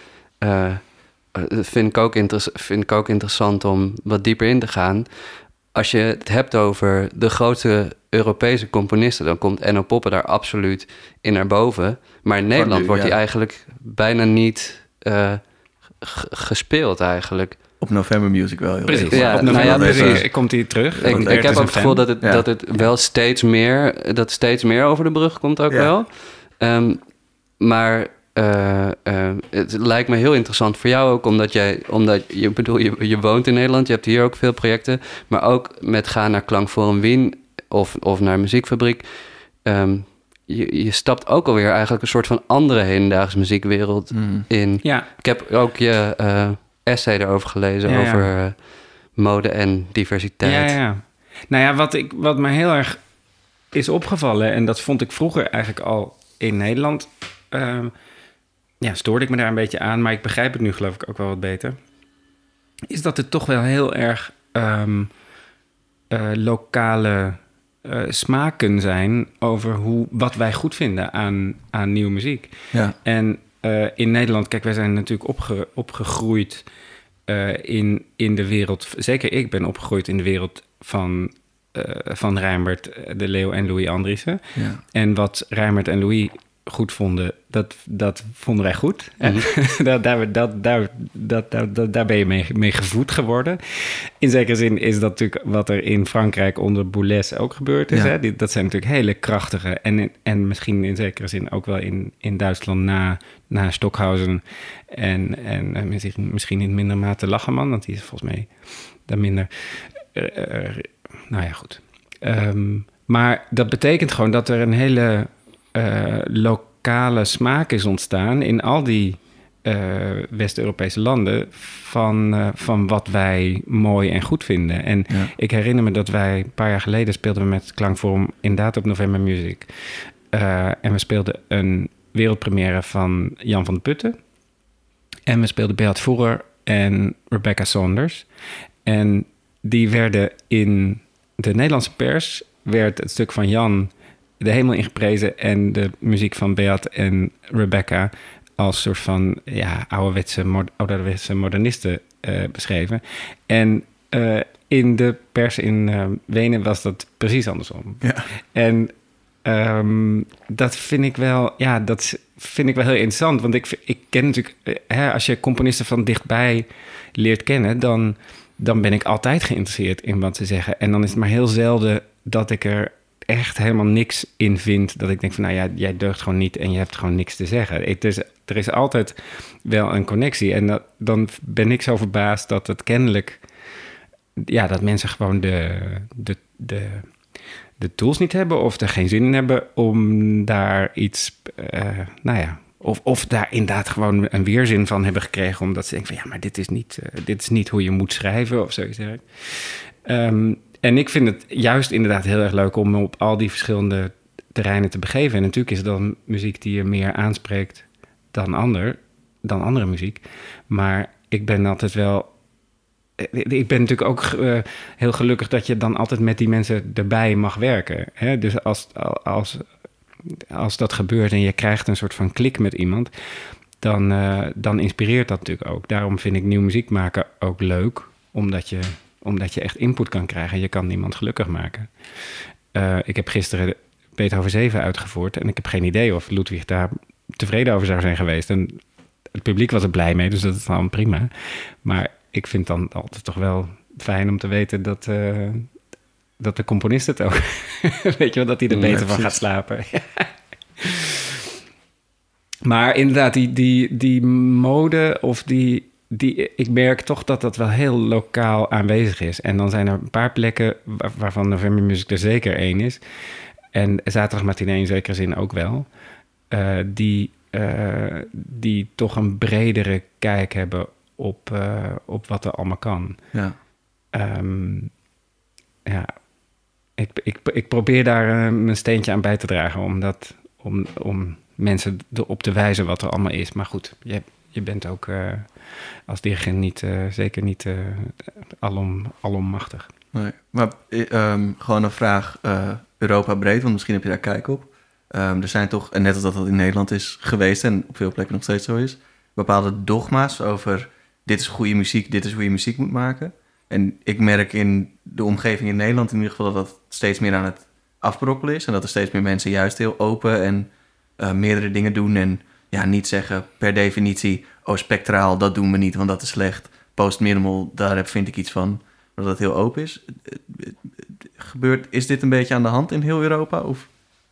Speaker 2: dat vind ik ook interessant om wat dieper in te gaan. Als je het hebt over de grote Europese componisten, dan komt Enno Poppe daar absoluut in naar boven. Maar in Nederland wordt hij eigenlijk bijna niet gespeeld eigenlijk.
Speaker 1: Op November Music wel heel
Speaker 4: precies. Ja, op November Music komt hij terug.
Speaker 2: Ik heb ook het gevoel dat het wel steeds meer over de brug komt ook wel. Maar het lijkt me heel interessant voor jou ook, omdat je woont in Nederland, je hebt hier ook veel projecten, maar ook met gaan naar Klankforum Wien of naar Muziekfabriek. Je stapt ook alweer eigenlijk een soort van andere hedendaagse muziekwereld in. Ja. Ik heb ook je essay erover gelezen, over mode en diversiteit.
Speaker 4: Ja. Nou ja, wat me heel erg is opgevallen, en dat vond ik vroeger eigenlijk al in Nederland, stoorde ik me daar een beetje aan, maar ik begrijp het nu geloof ik ook wel wat beter, is dat het toch wel heel erg lokale smaken zijn over wat wij goed vinden aan nieuwe muziek. Ja. En in Nederland, kijk, wij zijn natuurlijk opgegroeid in de wereld, zeker ik ben opgegroeid in de wereld van Rijnbert de Leeuw en Louis Andriessen. Ja. En wat Rijnbert en Louis goed vonden, dat vonden wij goed. Mm-hmm. Daar ben je mee gevoed geworden. In zekere zin is dat natuurlijk wat er in Frankrijk onder Boulez ook gebeurd is. Ja. Hè? Dat zijn natuurlijk hele krachtige en misschien in zekere zin ook wel in Duitsland na Stockhausen en misschien in mindere mate Lachemann, want die is volgens mij daar minder. Nou ja, goed. Maar dat betekent gewoon dat er een hele lokale smaak is ontstaan in al die West-Europese landen van wat wij mooi en goed vinden. En ik herinner me dat wij een paar jaar geleden speelden we met Klankforum inderdaad op November Music. En we speelden een wereldpremière van Jan van de Putten. En we speelden Beat Voerer en Rebecca Saunders. En die werden in de Nederlandse pers, werd het stuk van Jan de hemel ingeprezen en de muziek van Beat en Rebecca als soort van ouderwetse modernisten beschreven. En in de pers in Wenen was dat precies andersom. Ja. En dat vind ik wel, heel interessant. Want ik ken natuurlijk, als je componisten van dichtbij leert kennen, dan ben ik altijd geïnteresseerd in wat ze zeggen. En dan is het maar heel zelden dat ik er echt helemaal niks in vind, dat ik denk van, jij deugt gewoon niet en je hebt gewoon niks te zeggen. Er is altijd wel een connectie. En dan ben ik zo verbaasd dat het kennelijk, dat mensen gewoon de tools niet hebben of er geen zin in hebben om daar iets, of daar inderdaad gewoon een weerzin van hebben gekregen, omdat ze denken van, maar dit is niet hoe je moet schrijven of zoiets. En ik vind het juist inderdaad heel erg leuk om op al die verschillende terreinen te begeven. En natuurlijk is het dan muziek die je meer aanspreekt dan andere muziek. Maar ik ben altijd wel... Ik ben natuurlijk ook heel gelukkig dat je dan altijd met die mensen erbij mag werken. Hè? Dus als dat gebeurt en je krijgt een soort van klik met iemand, dan inspireert dat natuurlijk ook. Daarom vind ik nieuw muziek maken ook leuk, omdat je echt input kan krijgen. Je kan niemand gelukkig maken. Ik heb gisteren Beethoven 7 uitgevoerd en ik heb geen idee of Ludwig daar tevreden over zou zijn geweest. En het publiek was er blij mee, dus dat is dan prima. Maar ik vind dan altijd toch wel fijn om te weten dat de componist het ook... weet je wel, dat hij er beter van gaat slapen. Maar inderdaad, die mode of ik merk toch dat wel heel lokaal aanwezig is. En dan zijn er een paar plekken waarvan November Music er zeker één is. En Zaterdag Matinee in zekere zin ook wel. Die toch een bredere kijk hebben op wat er allemaal kan.
Speaker 1: Ja.
Speaker 4: Ik probeer daar mijn steentje aan bij te dragen om mensen erop te wijzen wat er allemaal is. Maar goed, je bent ook als dirigent zeker niet alommachtig.
Speaker 1: Nee, maar gewoon een vraag Europa breed, want misschien heb je daar kijk op. Er zijn toch, en net als dat in Nederland is geweest en op veel plekken nog steeds zo is, bepaalde dogma's over dit is goede muziek, dit is hoe je muziek moet maken. En ik merk in de omgeving in Nederland in ieder geval dat steeds meer aan het afbrokkelen is. En dat er steeds meer mensen juist heel open en meerdere dingen doen. En ja, niet zeggen per definitie, spectraal, dat doen we niet, want dat is slecht. Post-minimal, daar vind ik iets van, dat het heel open is. Is dit een beetje aan de hand in heel Europa? Of?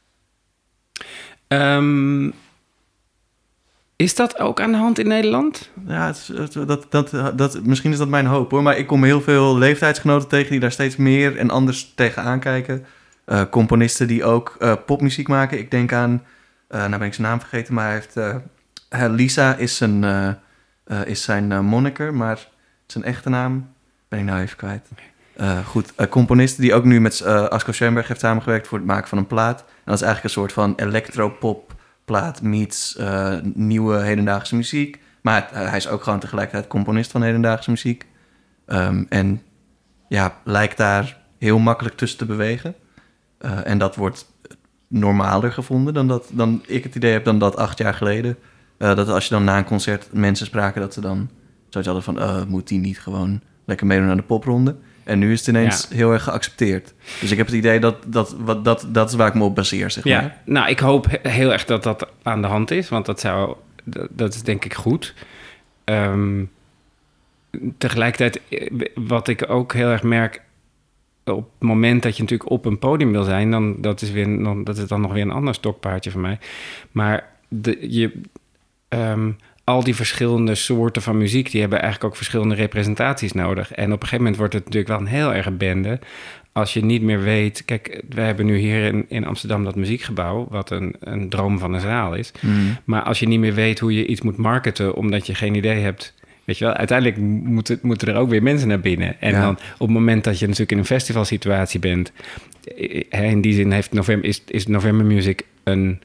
Speaker 4: Is dat ook aan de hand in Nederland?
Speaker 1: Ja, misschien is dat mijn hoop, hoor. Maar ik kom heel veel leeftijdsgenoten tegen die daar steeds meer en anders tegenaan kijken. Componisten die ook popmuziek maken. Ik denk aan, nou ben ik zijn naam vergeten, maar hij heeft... Lisa is zijn moniker, maar zijn echte naam ben ik nou even kwijt. Componisten die ook nu met Asko Schoenberg heeft samengewerkt voor het maken van een plaat. En dat is eigenlijk een soort van electropop plaat meets nieuwe hedendaagse muziek. Maar hij is ook gewoon tegelijkertijd componist van hedendaagse muziek. En ja, lijkt daar heel makkelijk tussen te bewegen. En dat wordt normaler gevonden dan ik het idee heb dan dat 8 jaar geleden. Dat als je dan na een concert mensen spraken, dat ze dan zoiets hadden van... moet die niet gewoon lekker meedoen aan de popronde? En nu is het ineens heel erg geaccepteerd. Dus ik heb het idee dat is waar ik me op baseer, zeg maar.
Speaker 4: Ja, nou, ik hoop heel erg dat dat aan de hand is. Want dat is denk ik goed. Tegelijkertijd, wat ik ook heel erg merk... op het moment dat je natuurlijk op een podium wil zijn... dan dat is dan nog weer een ander stokpaardje voor mij. Maar al die verschillende soorten van muziek... die hebben eigenlijk ook verschillende representaties nodig. En op een gegeven moment wordt het natuurlijk wel een heel erg bende... als je niet meer weet... Kijk, wij hebben nu hier in Amsterdam dat muziekgebouw... wat een droom van een zaal is. Mm. Maar als je niet meer weet hoe je iets moet marketen... omdat je geen idee hebt... Weet je wel, uiteindelijk moeten er ook weer mensen naar binnen. En dan op het moment dat je natuurlijk in een festivalsituatie bent... in die zin is November Music een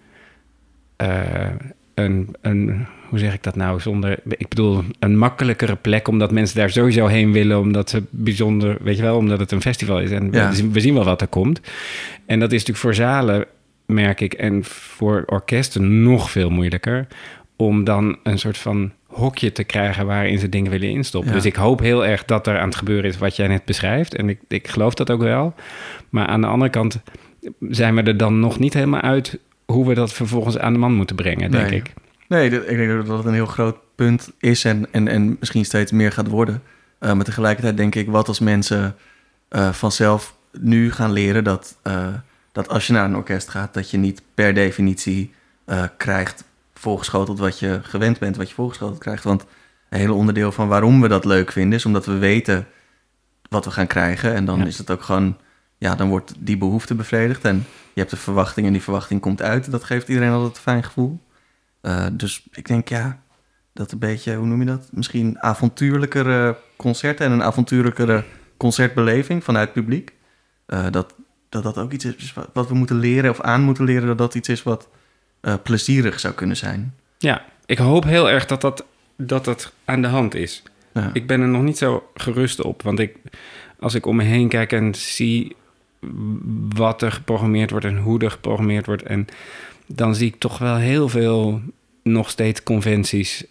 Speaker 4: hoe zeg ik dat nou ik bedoel, een makkelijkere plek... omdat mensen daar sowieso heen willen... omdat ze bijzonder, weet je wel, omdat het een festival is... en we zien wel wat er komt. En dat is natuurlijk voor zalen, merk ik... en voor orkesten nog veel moeilijker... om dan een soort van hokje te krijgen... waarin ze dingen willen instoppen. Ja. Dus ik hoop heel erg dat er aan het gebeuren is... wat jij net beschrijft. En ik geloof dat ook wel. Maar aan de andere kant zijn we er dan nog niet helemaal uit... hoe we dat vervolgens aan de man moeten brengen, denk ik.
Speaker 1: Nee, ik denk dat dat een heel groot punt is... en misschien steeds meer gaat worden. Maar tegelijkertijd denk ik, wat als mensen vanzelf nu gaan leren... dat als je naar een orkest gaat... dat je niet per definitie krijgt voorgeschoteld wat je gewend bent... wat je voorgeschoteld krijgt. Want een hele onderdeel van waarom we dat leuk vinden... is omdat we weten wat we gaan krijgen. En dan is het ook gewoon... ja, dan wordt die behoefte bevredigd... en je hebt een verwachting en die verwachting komt uit. Dat geeft iedereen altijd een fijn gevoel. Dus ik denk, dat een beetje, hoe noem je dat? Misschien avontuurlijkere concerten... en een avontuurlijkere concertbeleving vanuit het publiek. Dat ook iets is wat we moeten leren of aan moeten leren... dat iets is wat plezierig zou kunnen zijn.
Speaker 4: Ja, ik hoop heel erg dat het aan de hand is. Ja. Ik ben er nog niet zo gerust op. Want als ik om me heen kijk en zie... wat er geprogrammeerd wordt en hoe er geprogrammeerd wordt... en dan zie ik toch wel heel veel nog steeds conventies...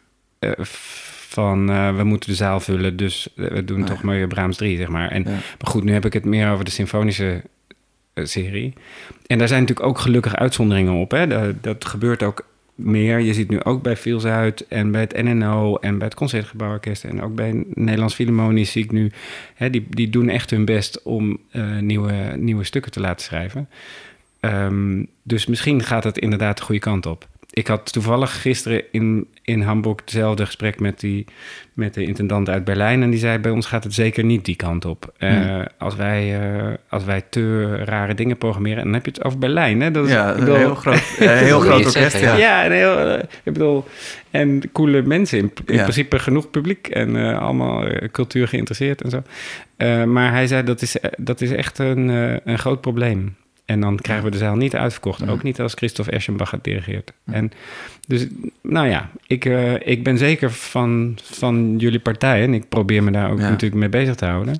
Speaker 4: van we moeten de zaal vullen, dus we doen toch maar weer Brahms 3, zeg maar. Maar goed, nu heb ik het meer over de symfonische serie. En daar zijn natuurlijk ook gelukkig uitzonderingen op. Hè? Dat gebeurt ook meer. Je ziet nu ook bij Viel Zuid en bij het NNO... en bij het Concertgebouworkest en ook bij Nederlands Philharmonisch zie ik nu... Hè, die doen echt hun best om nieuwe stukken te laten schrijven. Dus misschien gaat het inderdaad de goede kant op. ik had toevallig gisteren in Hamburg hetzelfde gesprek met de intendant uit Berlijn. En die zei, bij ons gaat het zeker niet die kant op. Als wij te rare dingen programmeren... En dan heb je het over Berlijn, hè? Dat is,
Speaker 1: een heel groot orkest.
Speaker 4: Ja, ik bedoel... En coole mensen, in principe genoeg publiek... en allemaal cultuur geïnteresseerd en zo. Maar hij zei, dat is echt een groot probleem. En dan krijgen we de zaal niet uitverkocht. Ook niet als Christoph Eschenbach het dirigeert. En dus, nou ja, ik ben zeker van jullie partij. En ik probeer me daar ook natuurlijk mee bezig te houden.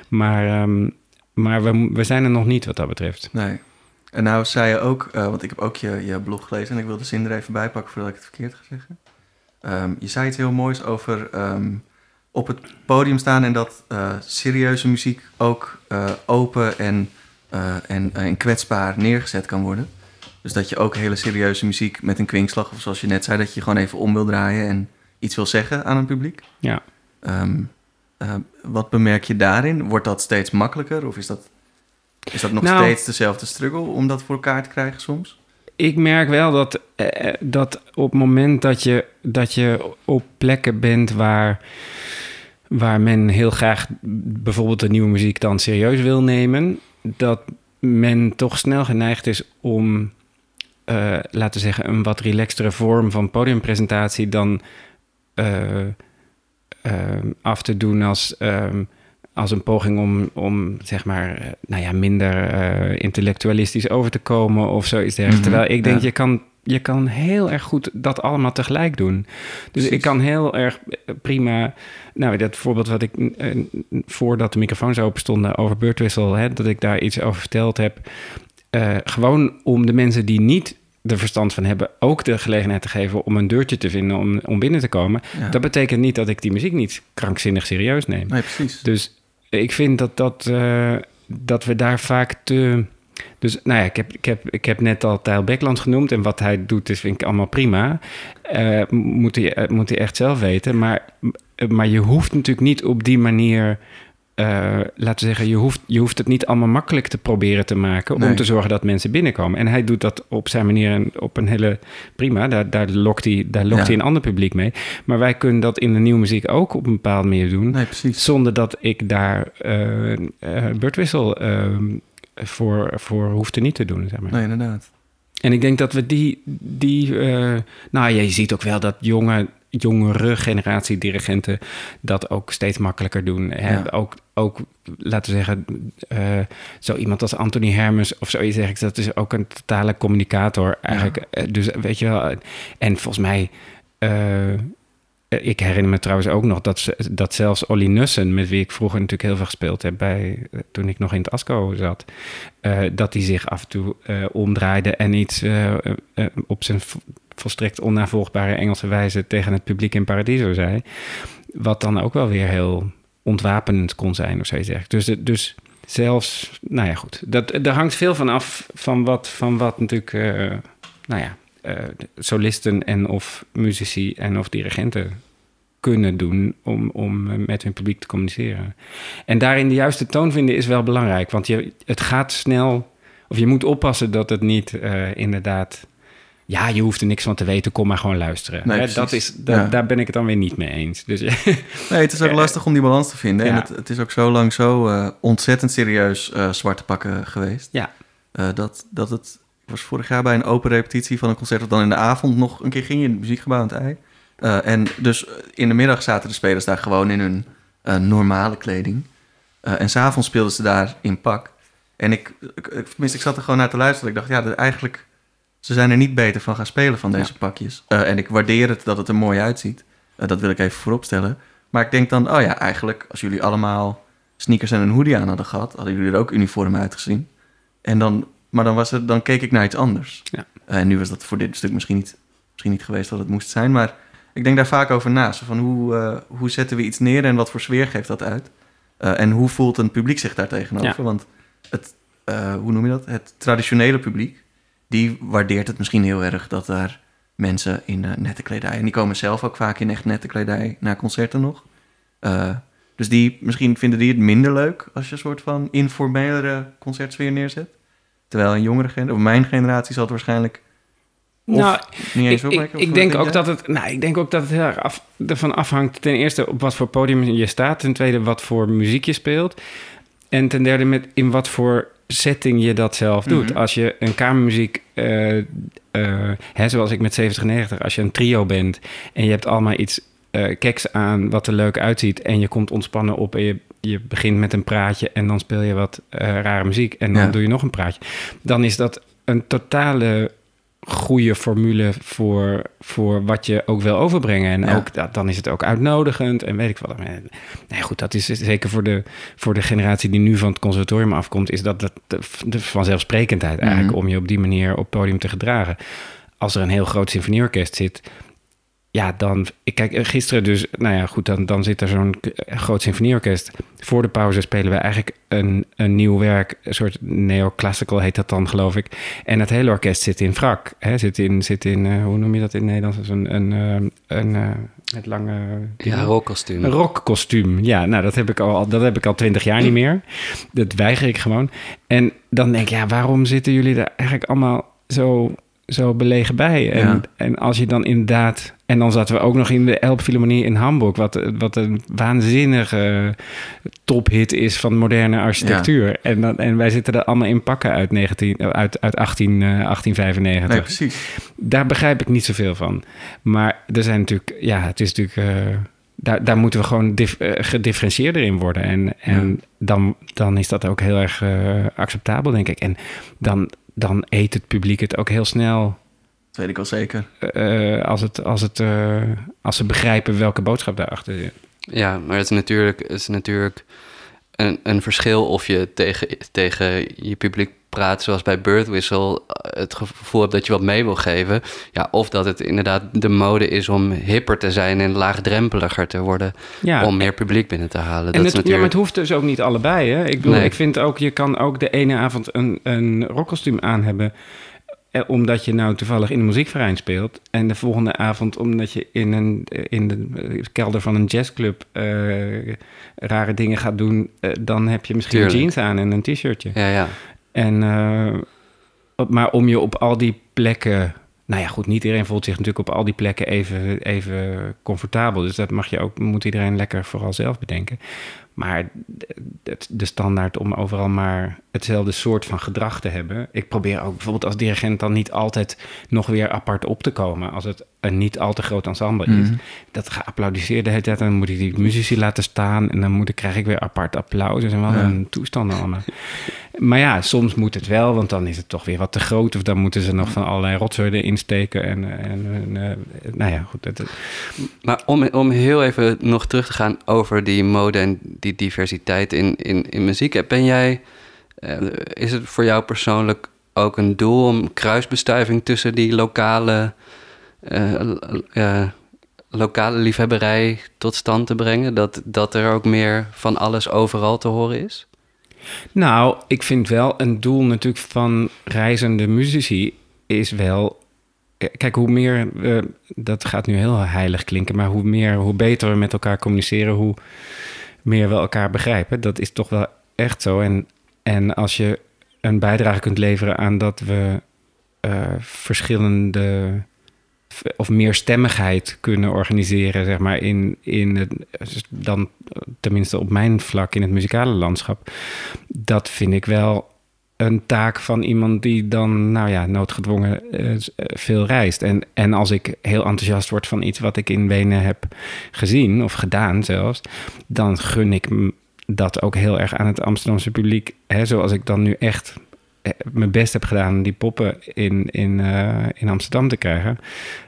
Speaker 4: Maar we zijn er nog niet wat dat betreft.
Speaker 1: Nee. En nou zei je ook, want ik heb ook je blog gelezen... en ik wil de zin er even bij pakken voordat ik het verkeerd ga zeggen. Je zei iets heel moois over op het podium staan... en dat serieuze muziek ook open en kwetsbaar neergezet kan worden. Dus dat je ook hele serieuze muziek met een kwinkslag... of zoals je net zei, dat je gewoon even om wil draaien... en iets wil zeggen aan een publiek.
Speaker 4: Ja.
Speaker 1: Wat bemerk je daarin? Wordt dat steeds makkelijker? Of is dat nog steeds dezelfde struggle om dat voor elkaar te krijgen soms?
Speaker 4: Ik merk wel dat op het moment dat je op plekken bent... waar men heel graag bijvoorbeeld de nieuwe muziek dan serieus wil nemen... dat men toch snel geneigd is om, laten we zeggen... een wat relaxtere vorm van podiumpresentatie dan af te doen als een poging om zeg maar, minder intellectualistisch over te komen of zoiets dergelijks. Terwijl ik denk, je kan heel erg goed dat allemaal tegelijk doen. Dus precies. Ik kan heel erg prima... Nou, dat voorbeeld wat ik voordat de microfoons open stonden over Birdwhistle... dat ik daar iets over verteld heb... gewoon om de mensen die niet er verstand van hebben... ook de gelegenheid te geven om een deurtje te vinden om binnen te komen. Ja. Dat betekent niet dat ik die muziek niet krankzinnig serieus neem.
Speaker 1: Nee, precies.
Speaker 4: Dus ik vind dat we daar vaak te... Dus nou ja, ik heb net al Tijl Beckland genoemd... en wat hij doet, vind ik allemaal prima. Moet hij echt zelf weten. Maar je hoeft natuurlijk niet op die manier... laten we zeggen, je hoeft het niet allemaal makkelijk te proberen te maken... om te zorgen dat mensen binnenkomen. En hij doet dat op zijn manier en op een hele prima. Daar lokt hij een ander publiek mee. Maar wij kunnen dat in de nieuwe muziek ook op een bepaalde manier doen... zonder dat ik daar Birdwhistle... voor hoeft er niet te doen, zeg maar.
Speaker 1: Nee, inderdaad.
Speaker 4: En ik denk dat we je ziet ook wel dat jongere generatie dirigenten dat ook steeds makkelijker doen. Ja. Ook, laten we zeggen, zo iemand als Anthony Hermes of zoiets zeg ik, dat is ook een totale communicator eigenlijk. Ja. Dus weet je wel, en volgens mij... ik herinner me trouwens ook nog dat zelfs Olly Nussen... met wie ik vroeger natuurlijk heel veel gespeeld heb... toen ik nog in het ASCO zat... dat hij zich af en toe omdraaide... en iets op zijn volstrekt onnavolgbare Engelse wijze... tegen het publiek in Paradiso zei. Wat dan ook wel weer heel ontwapenend kon zijn of zoiets. Dus zelfs... Nou ja, goed. Er hangt veel van af van wat natuurlijk... solisten en of muzici en of dirigenten kunnen doen om met hun publiek te communiceren. En daarin de juiste toon vinden is wel belangrijk, want het gaat snel, of je moet oppassen dat het niet inderdaad... Ja, je hoeft er niks van te weten, kom maar gewoon luisteren.
Speaker 1: Nee,
Speaker 4: daar ben ik het dan weer niet mee eens. Dus,
Speaker 1: nee, het is ook lastig om die balans te vinden. Ja. En het is ook zo lang ontzettend serieus zwarte pakken geweest.
Speaker 4: Ja.
Speaker 1: Dat het... Ik was vorig jaar bij een open repetitie van een concert... dat dan in de avond nog een keer ging in het muziekgebouw aan het IJ. En dus in de middag zaten de spelers daar gewoon in hun normale kleding. En 's avonds speelden ze daar in pak. En ik zat er gewoon naar te luisteren. Ik dacht, eigenlijk... Ze zijn er niet beter van gaan spelen van deze pakjes. En ik waardeer het dat het er mooi uitziet. Dat wil ik even vooropstellen. Maar ik denk dan, eigenlijk... als jullie allemaal sneakers en een hoodie aan hadden gehad... hadden jullie er ook uniform uitgezien. En dan keek ik naar iets anders. Ja. En nu was dat voor dit stuk misschien niet geweest wat het moest zijn. Maar ik denk daar vaak over na. Zo van hoe zetten we iets neer en wat voor sfeer geeft dat uit? En hoe voelt een publiek zich daar tegenover? Ja. Want hoe noem je dat? Het traditionele publiek, die waardeert het misschien heel erg... dat daar mensen in nette kledij... en die komen zelf ook vaak in echt nette kledij naar concerten nog. Dus misschien vinden die het minder leuk... als je een soort van informelere concertsfeer neerzet. Terwijl een jongere generatie, of mijn generatie, zal het waarschijnlijk Nou, niet eens
Speaker 4: ik denk ook dat het heel erg ervan afhangt. Ten eerste op wat voor podium je staat. Ten tweede wat voor muziek je speelt. En ten derde in wat voor setting je dat zelf doet. Mm-hmm. Als je een kamermuziek, zoals ik met 70-90, als je een trio bent en je hebt allemaal iets keks aan wat er leuk uitziet en je komt ontspannen op en je begint met een praatje en dan speel je wat rare muziek en dan doe je nog een praatje. Dan is dat een totale goede formule voor wat je ook wil overbrengen. En ook dan is het ook uitnodigend en weet ik wat. Nee, goed, dat is zeker voor de generatie die nu van het conservatorium afkomt, is dat de vanzelfsprekendheid eigenlijk om je op die manier op het podium te gedragen. Als er een heel groot symfonieorkest zit, dan... Kijk, gisteren dus... Nou ja, goed, dan zit er zo'n groot symfonieorkest. Voor de pauze spelen we eigenlijk een nieuw werk. Een soort neoclassical heet dat dan, geloof ik. En het hele orkest zit in wrak. Zit in hoe noem je dat in het Nederlands? Het lange...
Speaker 2: Ja, rockkostuum.
Speaker 4: Een rockkostuum, ja. Nou, dat heb ik al 20 jaar niet meer. Dat weiger ik gewoon. En dan denk ik, waarom zitten jullie daar eigenlijk allemaal zo belegen bij? En als je dan inderdaad... En dan zaten we ook nog in de Elbphilharmonie in Hamburg, wat een waanzinnige tophit is van moderne architectuur. Ja. En wij zitten er allemaal in pakken uit 1895.
Speaker 1: Nee, precies.
Speaker 4: Daar begrijp ik niet zoveel van. Maar er zijn natuurlijk... Ja, het is natuurlijk... Daar moeten we gewoon gedifferentieerder in worden. En dan is dat ook heel erg acceptabel, denk ik. En dan eet het publiek het ook heel snel...
Speaker 1: Dat weet ik wel zeker.
Speaker 4: Als ze begrijpen welke boodschap daarachter zit.
Speaker 2: Ja, maar het is natuurlijk een verschil of je tegen je publiek praat, zoals bij Birdwhistle, het gevoel hebt dat je wat mee wil geven. Ja, of dat het inderdaad de mode is om hipper te zijn en laagdrempeliger te worden, om meer publiek binnen te halen.
Speaker 4: En maar het hoeft dus ook niet allebei. Hè? Ik bedoel, ik vind ook, je kan ook de ene avond een rockkostuum aan hebben, omdat je nou toevallig in een muziekverein speelt. En de volgende avond omdat je in de kelder van een jazzclub rare dingen gaat doen. Dan heb je misschien jeans aan en een t-shirtje.
Speaker 2: Ja.
Speaker 4: En, maar om je op al die plekken... Nou ja, goed, niet iedereen voelt zich natuurlijk op al die plekken even comfortabel. Dus dat moet iedereen lekker vooral zelf bedenken. Maar de standaard om overal maar hetzelfde soort van gedrag te hebben. Ik probeer ook bijvoorbeeld als dirigent dan niet altijd nog weer apart op te komen. Als het een niet al te groot ensemble is. Mm-hmm. Dat geapplaudiseerd de hele tijd. Dan moet ik die muzici laten staan. En dan krijg ik weer apart applaus. En wel een toestand allemaal. Maar ja, soms moet het wel. Want dan is het toch weer wat te groot. Of dan moeten ze nog van allerlei rotzooi erin steken. Nou ja, goed.
Speaker 2: Maar om heel even nog terug te gaan over die mode en die diversiteit in muziek. Is het voor jou persoonlijk ook een doel om kruisbestuiving tussen die lokale liefhebberij tot stand te brengen? Dat er ook meer van alles overal te horen is?
Speaker 4: Nou, ik vind wel een doel natuurlijk van reizende muzici is wel... Kijk, hoe meer... dat gaat nu heel heilig klinken, maar hoe beter we met elkaar communiceren, hoe meer we elkaar begrijpen. Dat is toch wel echt zo. En als je een bijdrage kunt leveren aan dat we verschillende of meerstemmigheid kunnen organiseren, zeg maar, dan tenminste op mijn vlak in het muzikale landschap. Dat vind ik wel een taak van iemand die dan, noodgedwongen veel reist. En als ik heel enthousiast word van iets wat ik in Wenen heb gezien of gedaan zelfs, dan gun ik dat ook heel erg aan het Amsterdamse publiek. Hè, zoals ik dan nu echt mijn best heb gedaan om die poppen in Amsterdam te krijgen.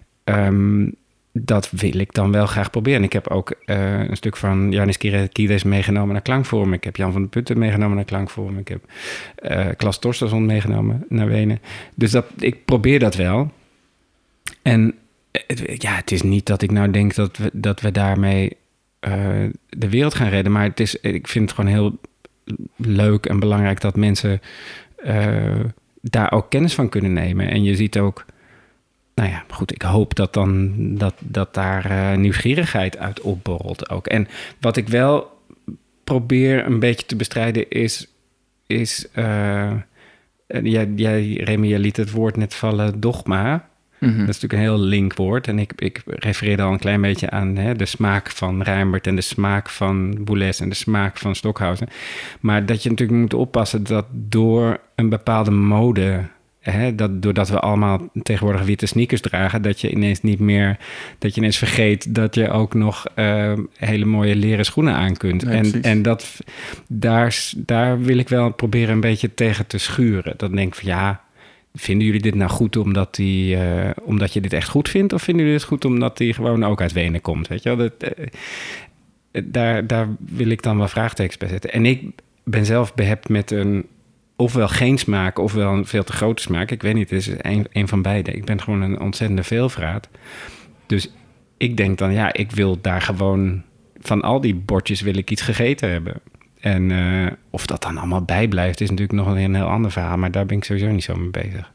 Speaker 4: Dat wil ik dan wel graag proberen. Ik heb ook een stuk van Janis Kyriakides meegenomen naar Klankforum. Ik heb Jan van de Putten meegenomen naar Klankforum. Ik heb Klas Torstensson meegenomen naar Wenen. Dus ik probeer dat wel. En het is niet dat ik nou denk dat we daarmee de wereld gaan redden. Maar ik vind het gewoon heel leuk en belangrijk dat mensen daar ook kennis van kunnen nemen. En je ziet ook... Nou ja, goed, ik hoop dat daar nieuwsgierigheid uit opborrelt ook. En wat ik wel probeer een beetje te bestrijden is jij, Remy, je liet het woord net vallen, dogma. Mm-hmm. Dat is natuurlijk een heel link woord. En ik refereerde al een klein beetje aan de smaak van Rijnbert en de smaak van Boulez en de smaak van Stockhausen. Maar dat je natuurlijk moet oppassen dat door een bepaalde mode, doordat we allemaal tegenwoordig witte sneakers dragen, dat je ineens vergeet dat je ook nog hele mooie leren schoenen aan kunt. Nee, en daar wil ik wel proberen een beetje tegen te schuren. Dan denk ik van vinden jullie dit nou goed omdat je dit echt goed vindt? Of vinden jullie dit goed omdat die gewoon ook uit Wenen komt? Weet je wel? Daar wil ik dan wel vraagtekens bij zetten. En ik ben zelf behept met ofwel geen smaak, ofwel een veel te grote smaak. Ik weet niet, het is een van beide. Ik ben gewoon een ontzettende veelvraat. Dus ik denk dan, ik wil daar gewoon van al die bordjes wil ik iets gegeten hebben. En of dat dan allemaal bijblijft, is natuurlijk nog een heel ander verhaal. Maar daar ben ik sowieso niet zo mee bezig.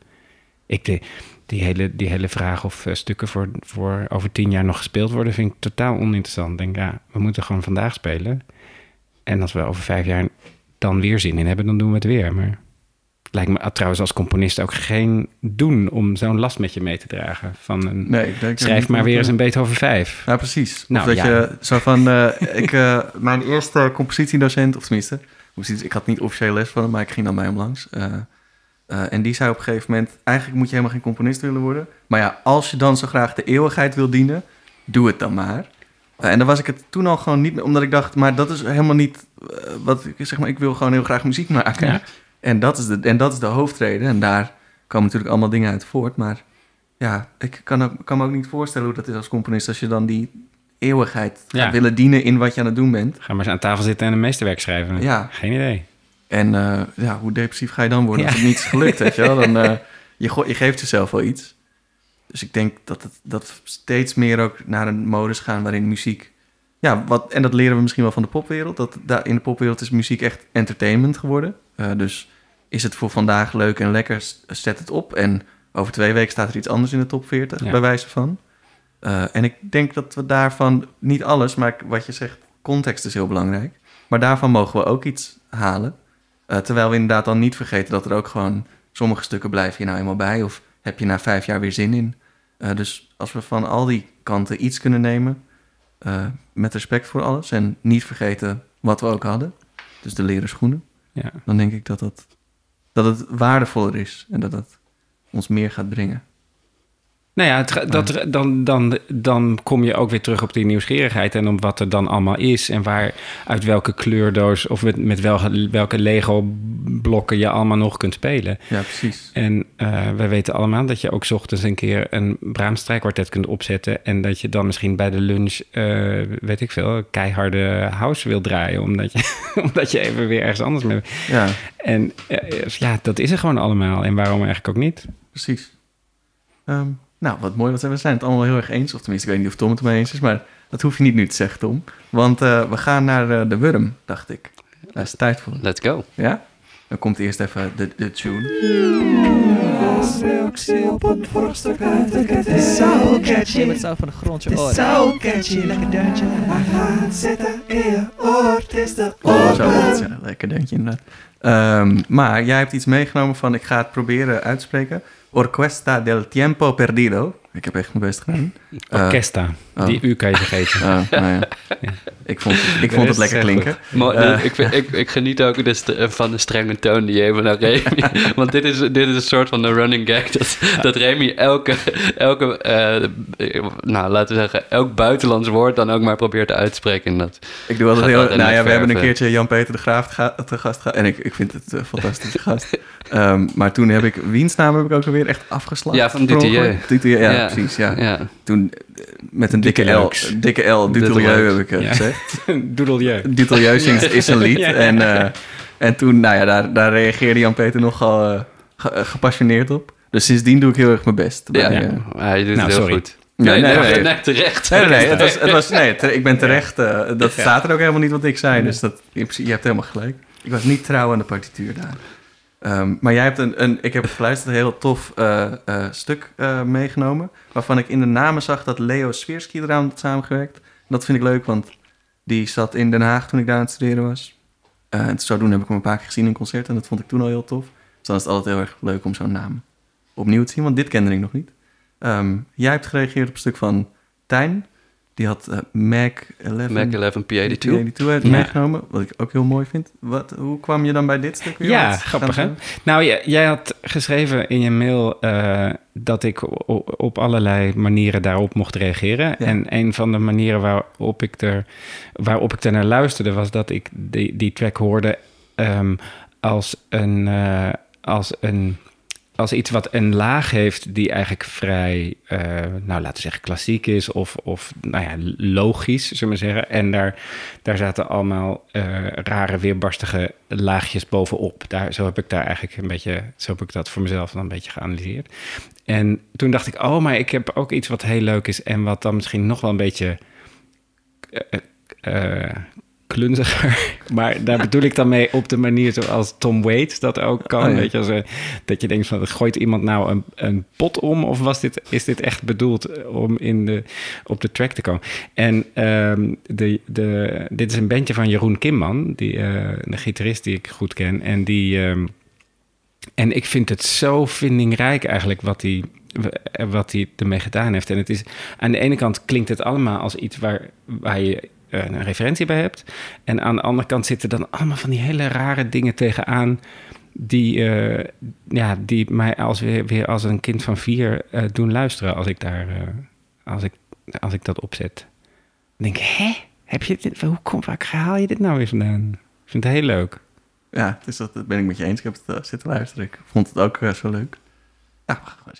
Speaker 4: Die hele vraag of stukken voor over 10 jaar nog gespeeld worden, vind ik totaal oninteressant. Ik denk, we moeten gewoon vandaag spelen. En als we over 5 jaar dan weer zin in hebben, dan doen we het weer. Maar het lijkt me trouwens als componist ook geen doen om zo'n last met je mee te dragen. Schrijf maar weer eens een Beethoven 5.
Speaker 1: Ja, precies. Of dat je zo van, mijn eerste compositiedocent, of tenminste, ik had niet officieel les van hem, maar ik ging dan bij hem langs. En die zei op een gegeven moment, eigenlijk moet je helemaal geen componist willen worden. Maar als je dan zo graag de eeuwigheid wil dienen, doe het dan maar. En dan was ik het toen al gewoon niet meer, omdat ik dacht, maar dat is helemaal niet wat ik zeg maar. Ik wil gewoon heel graag muziek maken. Ja. En dat is de hoofdreden. En daar komen natuurlijk allemaal dingen uit voort. Maar ik kan me ook niet voorstellen hoe dat is als componist, als je dan die eeuwigheid gaat willen dienen in wat je aan het doen bent.
Speaker 4: Ga maar eens aan tafel zitten en een meesterwerk schrijven. Ja. Geen idee.
Speaker 1: En hoe depressief ga je dan worden als het niet is gelukt, weet je wel? Dan, je geeft jezelf wel iets. Dus ik denk dat steeds meer ook naar een modus gaan waarin muziek... en dat leren we misschien wel van de popwereld. In de popwereld is muziek echt entertainment geworden. Dus is het voor vandaag leuk en lekker, zet het op. En over 2 weken staat er iets anders in de top 40, bij wijze van. En ik denk dat we daarvan, niet alles, maar wat je zegt, context is heel belangrijk. Maar daarvan mogen we ook iets halen. Terwijl we inderdaad dan niet vergeten dat er ook gewoon... sommige stukken blijven je nou eenmaal bij... of heb je na 5 jaar weer zin in. Dus als we van al die kanten iets kunnen nemen... met respect voor alles... en niet vergeten wat we ook hadden... dus de leren schoenen... dan denk ik dat het waardevoller is... en dat het ons meer gaat brengen.
Speaker 4: Nou ja, dan kom je ook weer terug op die nieuwsgierigheid... en om wat er dan allemaal is... en uit welke kleurdoos of met welke Lego-blokken je allemaal nog kunt spelen.
Speaker 1: Ja, precies.
Speaker 4: En wij weten allemaal dat je ook 's ochtends een keer... een Brahms strijkkwartet kunt opzetten... en dat je dan misschien bij de lunch, weet ik veel... keiharde house wil draaien... omdat je even weer ergens anders mee...
Speaker 1: Ja.
Speaker 4: En dat is er gewoon allemaal. En waarom eigenlijk ook niet?
Speaker 1: Precies. Nou, wat mooi, we zijn het allemaal heel erg eens. Of tenminste, ik weet niet of Tom het ermee eens is, maar dat hoef je niet nu te zeggen, Tom. Want we gaan naar de Wurm, dacht ik. Daar is het tijd voor.
Speaker 2: Let's go.
Speaker 1: Ja? Dan komt eerst even de tune.
Speaker 3: Reactie op een vorig stuk uit de ket. Het is zo catchy. Met zo van de grond je oor. Het is zo catchy. Lekker deuntje. Hij gaat zitten in je oor. Het is de oor.
Speaker 1: Lekker deuntje inderdaad. Maar jij hebt iets meegenomen van, ik ga het proberen uit te spreken... Orquesta del Tiempo Perdido. Ik heb echt mijn best gedaan.
Speaker 4: Orquesta. Die U kan je vergeten.
Speaker 1: Nou ja. Ik vond het lekker klinken.
Speaker 2: Ik geniet ook van de strenge toon die je even naar Remy... Want dit is een soort van een running gag... dat Remy elke laten we zeggen... elk buitenlands woord dan ook maar probeert uit te spreken. En dat
Speaker 1: ik doe altijd heel... we hebben een keertje Jan-Peter de Graaf te gast gehad... en ik vind het een fantastische gast... maar toen heb ik... Wiens naam heb ik ook alweer echt afgeslagen.
Speaker 2: Ja, van Dutilleux.
Speaker 1: Ja, precies, ja. Toen met een dikke L, Dutilleux heb ik gezegd. Dutilleux is een lied. En toen, daar reageerde Jan-Peter nogal gepassioneerd op. Dus sindsdien doe ik heel erg mijn best.
Speaker 2: Hij doet het heel goed.
Speaker 1: Nee,
Speaker 2: terecht.
Speaker 1: Ik ben terecht. Dat staat er ook helemaal niet wat ik zei. Dus je hebt helemaal gelijk. Ik was niet trouw aan de partituur daar. Maar jij hebt ik heb het geluisterd, een heel tof stuk meegenomen... waarvan ik in de namen zag dat Leo Swierski eraan had samengewerkt. Dat vind ik leuk, want die zat in Den Haag toen ik daar aan het studeren was. En zodoende heb ik hem een paar keer gezien in concert... en dat vond ik toen al heel tof. Dus dan is het altijd heel erg leuk om zo'n naam opnieuw te zien... want dit kende ik nog niet. Jij hebt gereageerd op een stuk van Tijn. Die had Mac 11 P82 meegenomen, wat ik ook heel mooi vind. Hoe kwam je dan bij dit stuk weer?
Speaker 4: Ja, grappig hè? Nou, jij had geschreven in je mail dat ik op allerlei manieren daarop mocht reageren. Ja. En een van de manieren waarop ik er naar luisterde was dat ik die track hoorde als iets wat een laag heeft die eigenlijk vrij, laten we zeggen, klassiek is of logisch, zullen we zeggen. En daar zaten allemaal rare, weerbarstige laagjes bovenop. Zo heb ik dat voor mezelf dan een beetje geanalyseerd. En toen dacht ik, maar ik heb ook iets wat heel leuk is en wat dan misschien nog wel een beetje klunziger. Maar daar bedoel ik dan mee op de manier zoals Tom Waits dat ook kan. Ja. Weet je, dat je denkt van, gooit iemand nou een pot om? Of is dit echt bedoeld om op de track te komen? En dit is een bandje van Jeroen Kimman, de gitarist die ik goed ken. En ik vind het zo vindingrijk eigenlijk wat hij ermee gedaan heeft. En het is, aan de ene kant klinkt het allemaal als iets waar je een referentie bij hebt. En aan de andere kant zitten dan allemaal van die hele rare dingen tegenaan die mij weer als een kind van 4 doen luisteren als ik dat opzet. Dan denk ik, heb je dit? Waar haal je dit nou weer vandaan? Ik vind het heel leuk.
Speaker 1: Ja, dus dat ben ik met je eens. Ik heb het zitten luisteren. Ik vond het ook zo leuk. Nou, we gaan gewoon zien.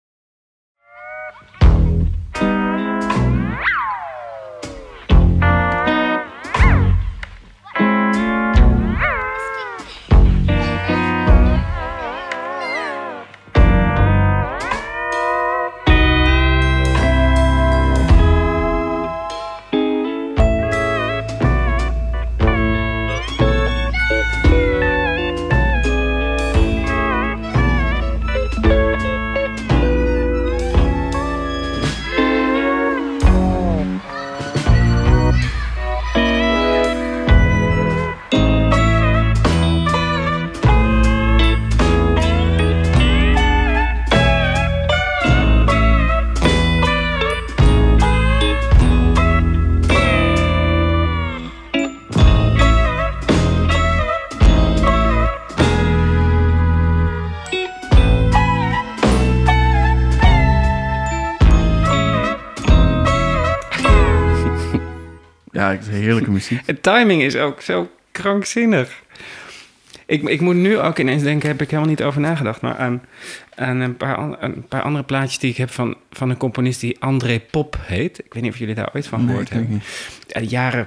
Speaker 1: Ja, het is heerlijke muziek.
Speaker 4: Het timing is ook zo krankzinnig. Ik moet nu ook ineens denken, heb ik helemaal niet over nagedacht, maar aan een paar andere plaatjes die ik heb van een componist die André Pop heet. Ik weet niet of jullie daar ooit van gehoord hebben. De jaren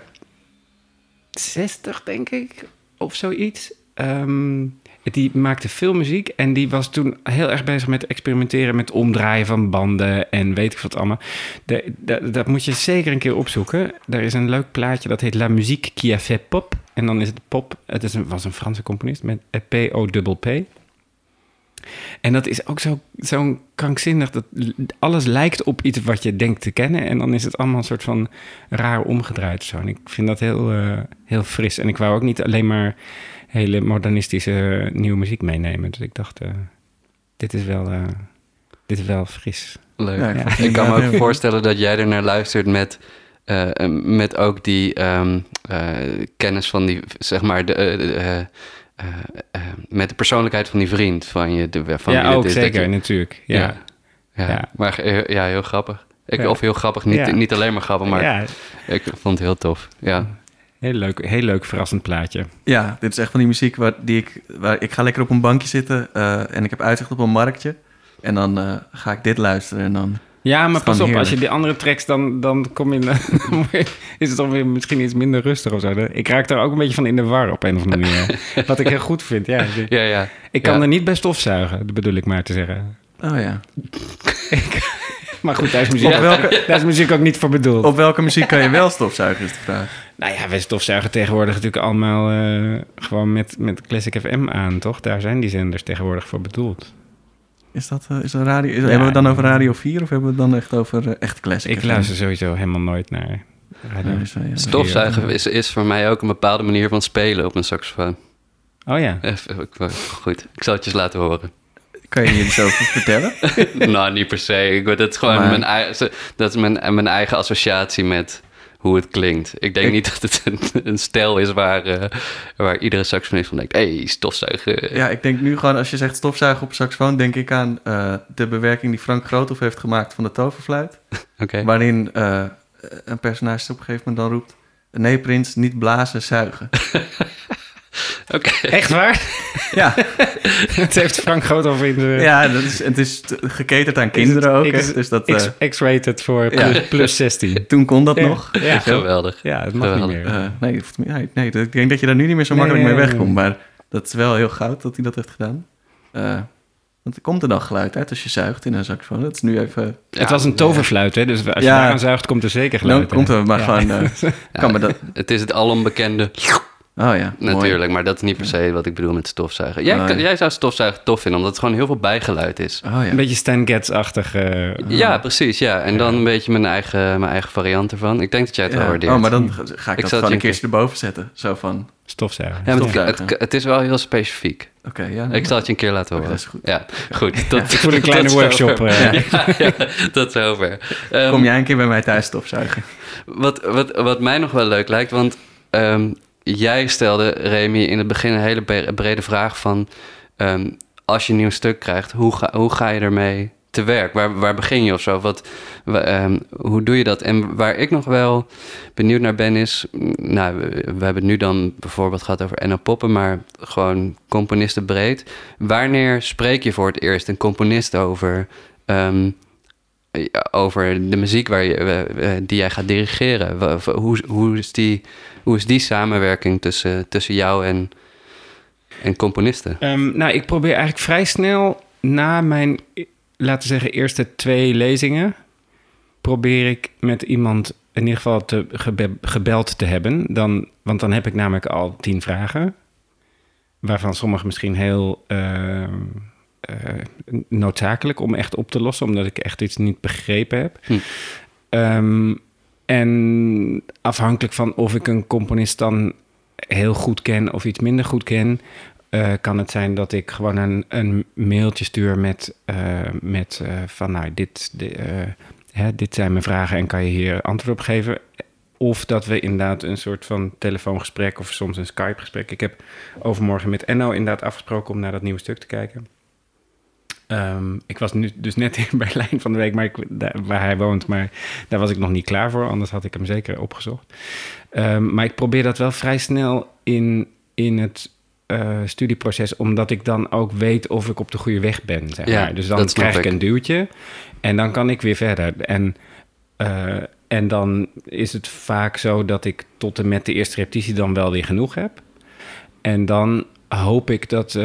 Speaker 4: 60, denk ik, of zoiets. Die maakte veel muziek en die was toen heel erg bezig met experimenteren met omdraaien van banden en weet ik wat allemaal. Dat moet je zeker een keer opzoeken. Er is een leuk plaatje dat heet La Musique qui a fait pop. En dan is het pop. Was een Franse componist met P-O-P-P. En dat is ook zo krankzinnig dat alles lijkt op iets wat je denkt te kennen. En dan is het allemaal een soort van raar omgedraaid. Zo. En ik vind dat heel fris. En ik wou ook niet alleen maar hele modernistische nieuwe muziek meenemen. Dus ik dacht, dit is wel fris.
Speaker 2: Leuk. Ja, ik kan me ook voorstellen dat jij er naar luistert met ook die kennis van die, zeg maar, met de persoonlijkheid van die vriend van je.
Speaker 4: Ook zeker, natuurlijk. Ja.
Speaker 2: Maar heel grappig. Of heel grappig, niet alleen maar grappig, maar ik vond het heel tof. Ja.
Speaker 4: Heel leuk verrassend plaatje.
Speaker 1: Ja, dit is echt van die muziek waar ik ga lekker op een bankje zitten en ik heb uitzicht op een marktje. En dan ga ik dit luisteren en dan...
Speaker 4: Ja, maar pas op, heerlijk. Als je die andere tracks, dan kom je is het dan weer misschien iets minder rustig of zo. Ik raak daar ook een beetje van in de war op een of andere manier. Wat ik heel goed vind, ja. Ik kan er niet bij stofzuigen, dat bedoel ik maar te zeggen.
Speaker 1: Oh ja.
Speaker 4: Maar goed, daar is muziek ook niet voor bedoeld.
Speaker 1: Op welke muziek kan je wel stofzuigen, is de vraag.
Speaker 4: Nou ja, wij stofzuigen tegenwoordig natuurlijk allemaal gewoon met Classic FM aan, toch? Daar zijn die zenders tegenwoordig voor bedoeld.
Speaker 1: Is dat radio? Hebben we het dan over Radio 4 of hebben we het dan echt over echt Classic
Speaker 4: Ik
Speaker 1: FM?
Speaker 4: luister sowieso helemaal nooit naar radio.
Speaker 2: Stofzuigen is voor mij ook een bepaalde manier van spelen op een saxofoon.
Speaker 4: Oh ja.
Speaker 2: Goed, ik zal het je eens laten horen.
Speaker 1: Kan je hier iets over vertellen?
Speaker 2: Nou, niet per se. Dat is gewoon mijn eigen associatie met hoe het klinkt. Ik denk niet dat het een stijl is waar iedere saxofonist van denkt... hey, stofzuigen.
Speaker 1: Ja, ik denk nu gewoon, als je zegt stofzuigen op een saxofoon... denk ik aan de bewerking die Frank Groothoff heeft gemaakt van de toverfluit.
Speaker 2: Okay.
Speaker 1: Waarin een personage op een gegeven moment dan roept... nee, prins, niet blazen, zuigen.
Speaker 2: Okay.
Speaker 4: Echt waar?
Speaker 1: Ja.
Speaker 4: Het heeft Frank Groothoff in de...
Speaker 1: Ja, het is geketerd aan kinderen ook. Dus dat,
Speaker 4: X-rated voor plus 16.
Speaker 1: Toen kon dat nog.
Speaker 2: Ja, geweldig.
Speaker 4: Ja, het mag niet
Speaker 1: meer. Nee, ik denk dat je daar nu niet meer zo makkelijk mee wegkomt. Maar dat is wel heel goud dat hij dat heeft gedaan. Want komt er dan geluid uit als je zuigt in een saxofoon? Dat is nu even...
Speaker 4: Het was een toverfluit, hè? Dus als je daaraan zuigt, komt er zeker geluid uit.
Speaker 1: Dan komt er maar gewoon... kan me dat...
Speaker 2: Het is het alombekende...
Speaker 1: Oh ja,
Speaker 2: natuurlijk,
Speaker 1: mooi.
Speaker 2: maar dat is niet per se wat ik bedoel met stofzuigen. Jij zou stofzuigen tof vinden, omdat het gewoon heel veel bijgeluid is.
Speaker 1: Oh, ja.
Speaker 4: Een beetje Stan Getz-achtig.
Speaker 2: Ja, precies, ja. En dan een beetje mijn eigen variant ervan. Ik denk dat jij het wel waardeert.
Speaker 1: Oh, maar dan ga ik dat gewoon een keer erboven zetten. Zo van...
Speaker 4: Stofzuigen.
Speaker 2: Ja, het is wel heel specifiek.
Speaker 1: Oké, ja.
Speaker 2: Ik zal het je een keer laten horen.
Speaker 1: Dat is goed.
Speaker 2: Ja, goed.
Speaker 4: Ik voel een kleine workshop.
Speaker 2: Tot zover.
Speaker 1: Kom jij een keer bij mij thuis stofzuigen?
Speaker 2: Wat mij nog wel leuk lijkt, want... jij stelde, Remy, in het begin een hele brede vraag van... als je een nieuw stuk krijgt, hoe ga je ermee te werk? Waar begin je of zo? Hoe doe je dat? En waar ik nog wel benieuwd naar ben is... Nou, we hebben het nu dan bijvoorbeeld gehad over Enno Poppen... maar gewoon componisten breed. Wanneer spreek je voor het eerst een componist over de muziek die jij gaat dirigeren? Hoe is die samenwerking tussen jou en componisten?
Speaker 4: Nou, ik probeer eigenlijk vrij snel na mijn, laten we zeggen, eerste 2 lezingen... probeer ik met iemand in ieder geval gebeld te hebben. Want dan heb ik namelijk al 10 vragen... waarvan sommige misschien heel... noodzakelijk om echt op te lossen... omdat ik echt iets niet begrepen heb. En afhankelijk van of ik een componist dan heel goed ken... of iets minder goed ken... kan het zijn dat ik gewoon een mailtje stuur met van... nou, dit zijn mijn vragen en kan je hier antwoord op geven... Of dat we inderdaad een soort van telefoongesprek... of soms een Skype-gesprek. Ik heb overmorgen met Enno inderdaad afgesproken... om naar dat nieuwe stuk te kijken. Ik was nu dus net in Berlijn van de week... waar hij woont, maar daar was ik nog niet klaar voor. Anders had ik hem zeker opgezocht. Maar ik probeer dat wel vrij snel in het studieproces... omdat ik dan ook weet of ik op de goede weg ben. Zeg maar.
Speaker 2: Ja,
Speaker 4: dus dan krijg ik een duwtje en dan kan ik weer verder. En dan is het vaak zo dat ik tot en met de eerste repetitie... dan wel weer genoeg heb. En dan hoop ik dat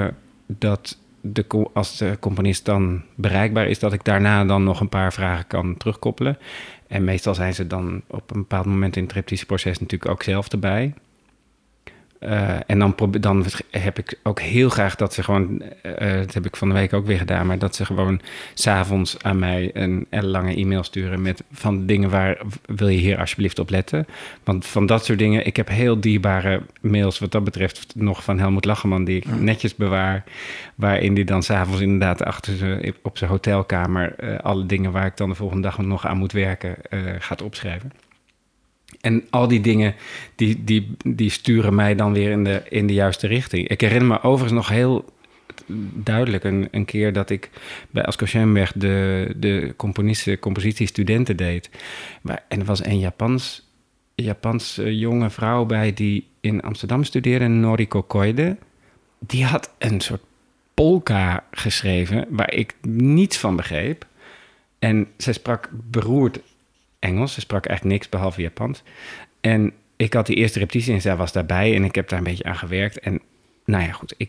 Speaker 4: als de componist dan bereikbaar is... dat ik daarna dan nog een paar vragen kan terugkoppelen. En meestal zijn ze dan op een bepaald moment in het repetitieproces... natuurlijk ook zelf erbij. En dan heb ik ook heel graag dat ze gewoon... dat heb ik van de week ook weer gedaan... maar dat ze gewoon 's avonds aan mij een lange e-mail sturen... met van dingen waar wil je hier alsjeblieft op letten. Want van dat soort dingen... ik heb heel dierbare mails wat dat betreft... nog van Helmoet Lacheman die ik netjes bewaar... waarin die dan 's avonds inderdaad op zijn hotelkamer... alle dingen waar ik dan de volgende dag nog aan moet werken... gaat opschrijven. En al die dingen, die sturen mij dan weer in de juiste richting. Ik herinner me overigens nog heel duidelijk een keer... dat ik bij Asko Schoenberg de compositiestudenten deed. En er was een Japans jonge vrouw bij... die in Amsterdam studeerde, Noriko Koide. Die had een soort polka geschreven... waar ik niets van begreep. En zij sprak beroerd Engels. Ze sprak eigenlijk niks behalve Japans. En ik had die eerste repetitie en zij was daarbij... en ik heb daar een beetje aan gewerkt. En nou ja, goed.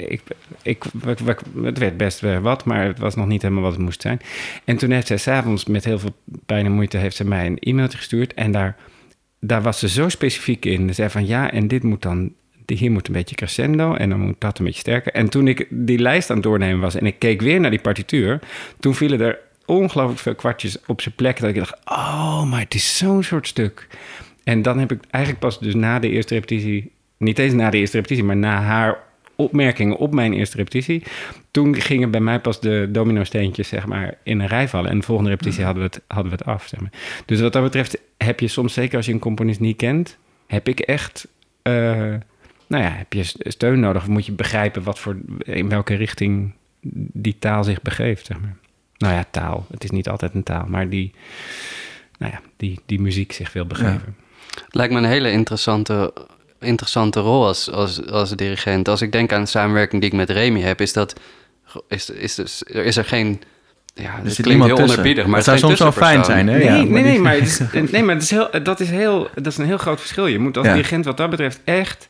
Speaker 4: Het werd best wat, maar het was nog niet helemaal wat het moest zijn. En toen heeft zij 's avonds met heel veel pijn en moeite... heeft ze mij een e-mailtje gestuurd. En daar was ze zo specifiek in. Ze zei van ja, en dit moet dan... hier moet een beetje crescendo en dan moet dat een beetje sterker. En toen ik die lijst aan het doornemen was... en ik keek weer naar die partituur... toen vielen er ongelooflijk veel kwartjes op zijn plek... dat ik dacht, oh, maar het is zo'n soort stuk. En dan heb ik eigenlijk pas dus na de eerste repetitie... niet eens na de eerste repetitie, maar na haar opmerkingen op mijn eerste repetitie. Toen gingen bij mij pas de domino-steentjes, zeg maar, in een rij vallen. En de volgende repetitie hadden we het af, zeg maar. Dus wat dat betreft heb je soms, zeker als je een componist niet kent, heb ik echt... heb je steun nodig? Of moet je begrijpen in welke richting die taal zich begeeft, zeg maar. Nou ja, taal. Het is niet altijd een taal, maar die muziek zich wil begeven.
Speaker 2: Ja. Lijkt me een hele interessante rol als dirigent. Als ik denk aan de samenwerking die ik met Remy heb, is er geen... Ja,
Speaker 1: er
Speaker 2: het
Speaker 1: zit
Speaker 2: klinkt heel
Speaker 1: tussen.
Speaker 2: onerbiedig, maar
Speaker 1: het zou soms wel fijn zijn, hè?
Speaker 4: Dat is een heel groot verschil. Je moet als dirigent wat dat betreft echt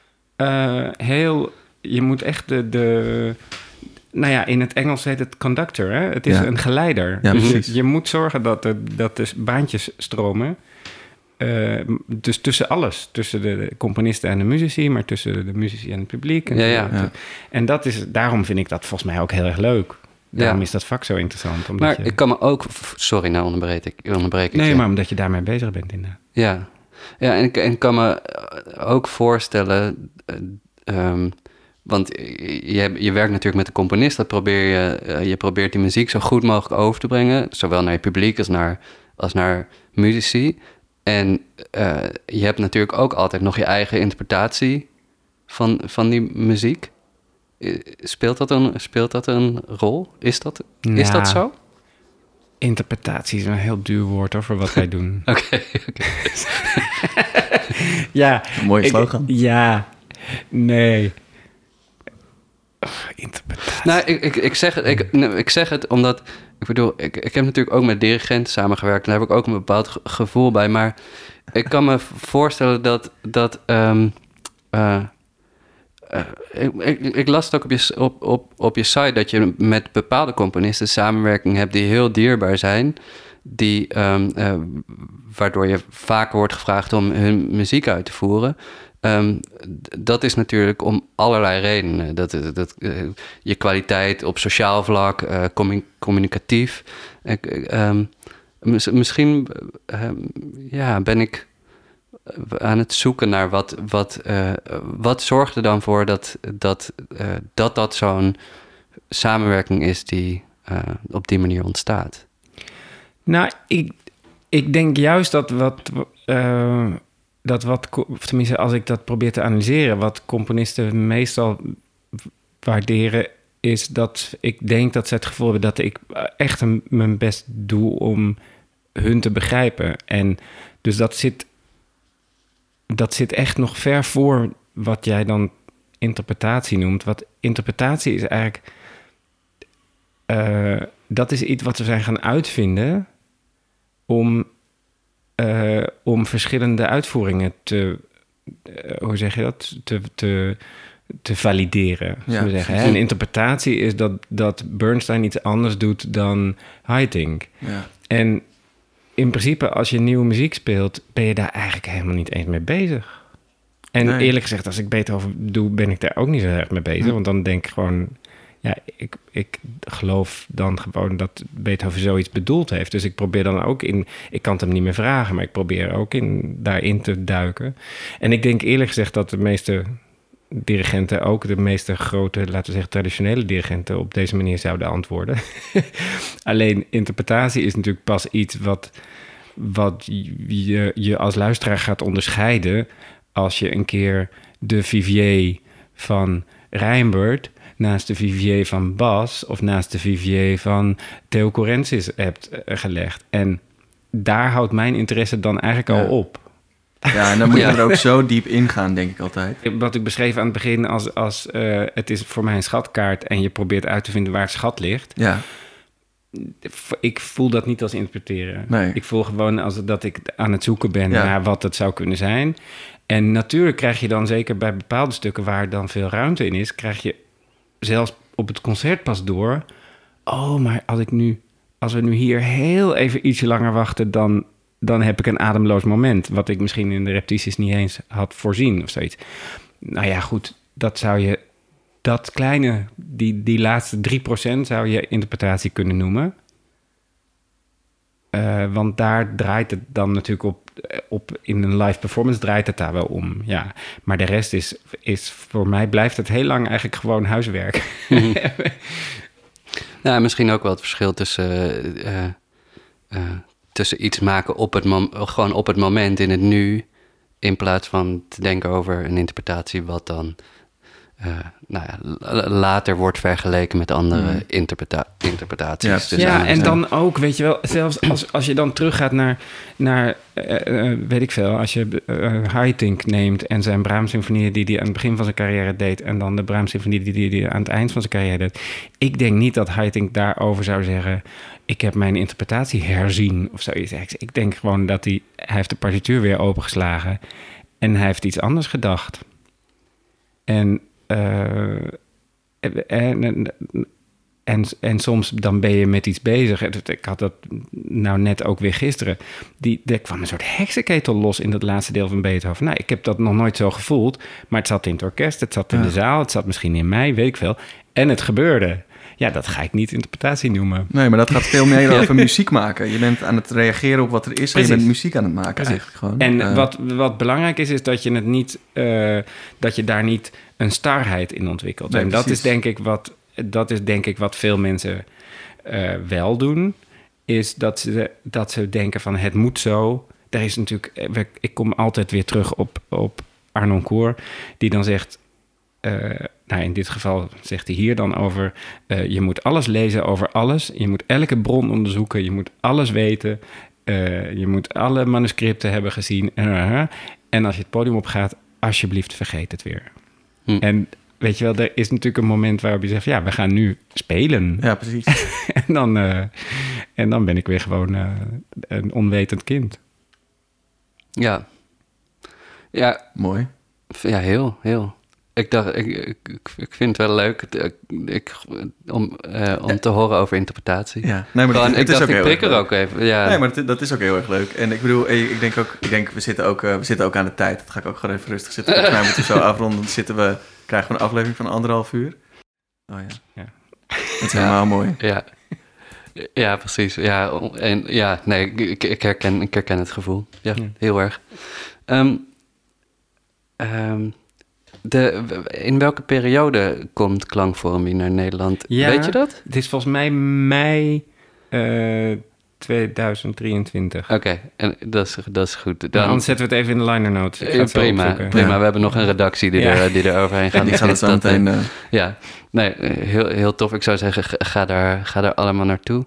Speaker 4: je moet echt in het Engels heet het conductor, hè? Het is een geleider.
Speaker 1: Ja,
Speaker 4: dus je moet zorgen dat de baantjes stromen. Dus tussen alles. Tussen de componisten en de muzici, maar tussen de muzici en het publiek. En daarom vind ik dat volgens mij ook heel erg leuk. Daarom is dat vak zo interessant.
Speaker 2: Maar ik kan me ook... Sorry, nou onderbreek ik.
Speaker 4: Nee, maar omdat je daarmee bezig bent inderdaad.
Speaker 2: Ja, en ik kan me ook voorstellen... want je werkt natuurlijk met de componist. Je probeert die muziek zo goed mogelijk over te brengen. Zowel naar je publiek als naar muzici. En je hebt natuurlijk ook altijd nog je eigen interpretatie van die muziek. Speelt dat een rol? Is dat zo?
Speaker 4: Interpretatie is een heel duur woord hoor, voor wat wij doen.
Speaker 2: Oké.
Speaker 4: Ja.
Speaker 1: Een mooie slogan.
Speaker 4: Nee. Interpretatie.
Speaker 2: Nou, ik zeg het omdat... Ik bedoel, ik heb natuurlijk ook met dirigenten samengewerkt. En daar heb ik ook een bepaald gevoel bij. Maar ik kan me voorstellen dat ik las het ook op je site... dat je met bepaalde componisten samenwerking hebt die heel dierbaar zijn... waardoor je vaker wordt gevraagd om hun muziek uit te voeren... dat is natuurlijk om allerlei redenen. Je kwaliteit op sociaal vlak, communicatief. Misschien ben ik aan het zoeken naar wat zorgt er dan voor dat zo'n samenwerking is die op die manier ontstaat.
Speaker 4: Nou, ik denk juist of tenminste als ik dat probeer te analyseren, wat componisten meestal waarderen, is dat ik denk dat ze het gevoel hebben dat ik echt mijn best doe om hun te begrijpen. En dus dat zit echt nog ver voor wat jij dan interpretatie noemt. Wat interpretatie is eigenlijk... dat is iets wat we zijn gaan uitvinden om verschillende uitvoeringen te valideren. We zeggen. Een interpretatie is dat Bernstein iets anders doet dan Haitink.
Speaker 1: Ja.
Speaker 4: En in principe, als je nieuwe muziek speelt, ben je daar eigenlijk helemaal niet eens mee bezig. En eerlijk gezegd, als ik Beethoven doe, ben ik daar ook niet zo erg mee bezig. Want dan denk ik gewoon... Ja, ik geloof dan gewoon dat Beethoven zoiets bedoeld heeft. Dus ik probeer dan ook ik kan het hem niet meer vragen, maar ik probeer ook daarin te duiken. En ik denk eerlijk gezegd dat de meeste dirigenten, ook de meeste grote, laten we zeggen, traditionele dirigenten, op deze manier zouden antwoorden. Alleen interpretatie is natuurlijk pas iets wat je als luisteraar gaat onderscheiden als je een keer de Vivier van Rijnbert naast de Vivier van Bas of naast de Vivier van Theo Courensis hebt gelegd. En daar houdt mijn interesse dan eigenlijk al op.
Speaker 1: Ja, en dan moet je er ook zo diep ingaan, denk ik altijd.
Speaker 4: Wat ik beschreef aan het begin als het is voor mij een schatkaart en je probeert uit te vinden waar het schat ligt.
Speaker 1: Ja.
Speaker 4: Ik voel dat niet als interpreteren.
Speaker 1: Nee.
Speaker 4: Ik voel gewoon als dat ik aan het zoeken ben naar wat het zou kunnen zijn. En natuurlijk krijg je dan zeker bij bepaalde stukken waar dan veel ruimte in is, krijg je zelfs op het concert pas door. Oh, maar als we nu hier heel even ietsje langer wachten, dan heb ik een ademloos moment, wat ik misschien in de repetities niet eens had voorzien of zoiets. Nou ja, goed, dat kleine, die laatste 3% zou je interpretatie kunnen noemen. Want daar draait het dan natuurlijk op in een live performance draait het daar wel om. Ja. Maar de rest is voor mij blijft het heel lang eigenlijk gewoon huiswerk.
Speaker 2: Nou, misschien ook wel het verschil tussen iets maken gewoon op het moment in het nu, in plaats van te denken over een interpretatie wat dan later wordt vergeleken met andere interpretaties.
Speaker 4: Ja, en dan ook, weet je wel, zelfs als je dan teruggaat naar weet ik veel, als je Haitink neemt en zijn Brahms-symfonieën die hij aan het begin van zijn carrière deed en dan de Brahms-symfonie die hij aan het eind van zijn carrière deed. Ik denk niet dat Haitink daarover zou zeggen, ik heb mijn interpretatie herzien of zoiets. Ik denk gewoon dat hij heeft de partituur weer opengeslagen en hij heeft iets anders gedacht. En soms dan ben je met iets bezig. Ik had dat nou net ook weer gisteren. Er kwam een soort heksenketel los in dat laatste deel van Beethoven. Nou, ik heb dat nog nooit zo gevoeld. Maar het zat in het orkest, het zat in de zaal, het zat misschien in mij, weet ik veel. En het gebeurde. Ja, dat ga ik niet interpretatie noemen.
Speaker 1: Nee, maar dat gaat veel meer over muziek maken. Je bent aan het reageren op wat er is. Precies. En je bent muziek aan het maken eigenlijk gewoon.
Speaker 4: En wat belangrijk is dat je het niet, dat je daar niet een starheid in ontwikkelt. Nee, en dat is denk ik wat veel mensen wel doen. Is dat ze denken van het moet zo. Er is natuurlijk, ik kom altijd weer terug op Arnon Coor, die dan zegt, in dit geval zegt hij hier dan over, je moet alles lezen over alles. Je moet elke bron onderzoeken. Je moet alles weten. Je moet alle manuscripten hebben gezien. En als je het podium opgaat, alsjeblieft vergeet het weer. En weet je wel, er is natuurlijk een moment waarop je zegt, ja, we gaan nu spelen.
Speaker 1: Ja, precies.
Speaker 4: en dan ben ik weer gewoon een onwetend kind.
Speaker 2: Ja.
Speaker 1: Mooi.
Speaker 2: Ja, heel. Ik dacht, ik vind het wel leuk om te horen over interpretatie.
Speaker 1: Ja, nee, maar
Speaker 2: gewoon, het is ook heel erg leuk. Ook even. Ja.
Speaker 1: Nee, maar dat is ook heel erg leuk. En ik bedoel, ik denk we zitten ook aan de tijd. Dat ga ik ook gewoon even rustig zitten. Volgens mij moeten we zo afronden. Dan krijgen we een aflevering van 1,5 uur. Oh ja. Dat is helemaal mooi.
Speaker 2: Ja, precies. Ja, ik herken het gevoel. Ja, heel erg. In welke periode komt Klankforum hier naar Nederland?
Speaker 4: Ja,
Speaker 2: weet je dat?
Speaker 4: Het is volgens mij mei 2023.
Speaker 2: Oké, en dat is goed. Dan
Speaker 4: anders zetten we het even in de liner notes.
Speaker 2: Prima. We hebben nog een redactie die er overheen gaat.
Speaker 1: Die gaat het zo meteen...
Speaker 2: Ja, nee, heel tof. Ik zou zeggen, ga daar allemaal naartoe.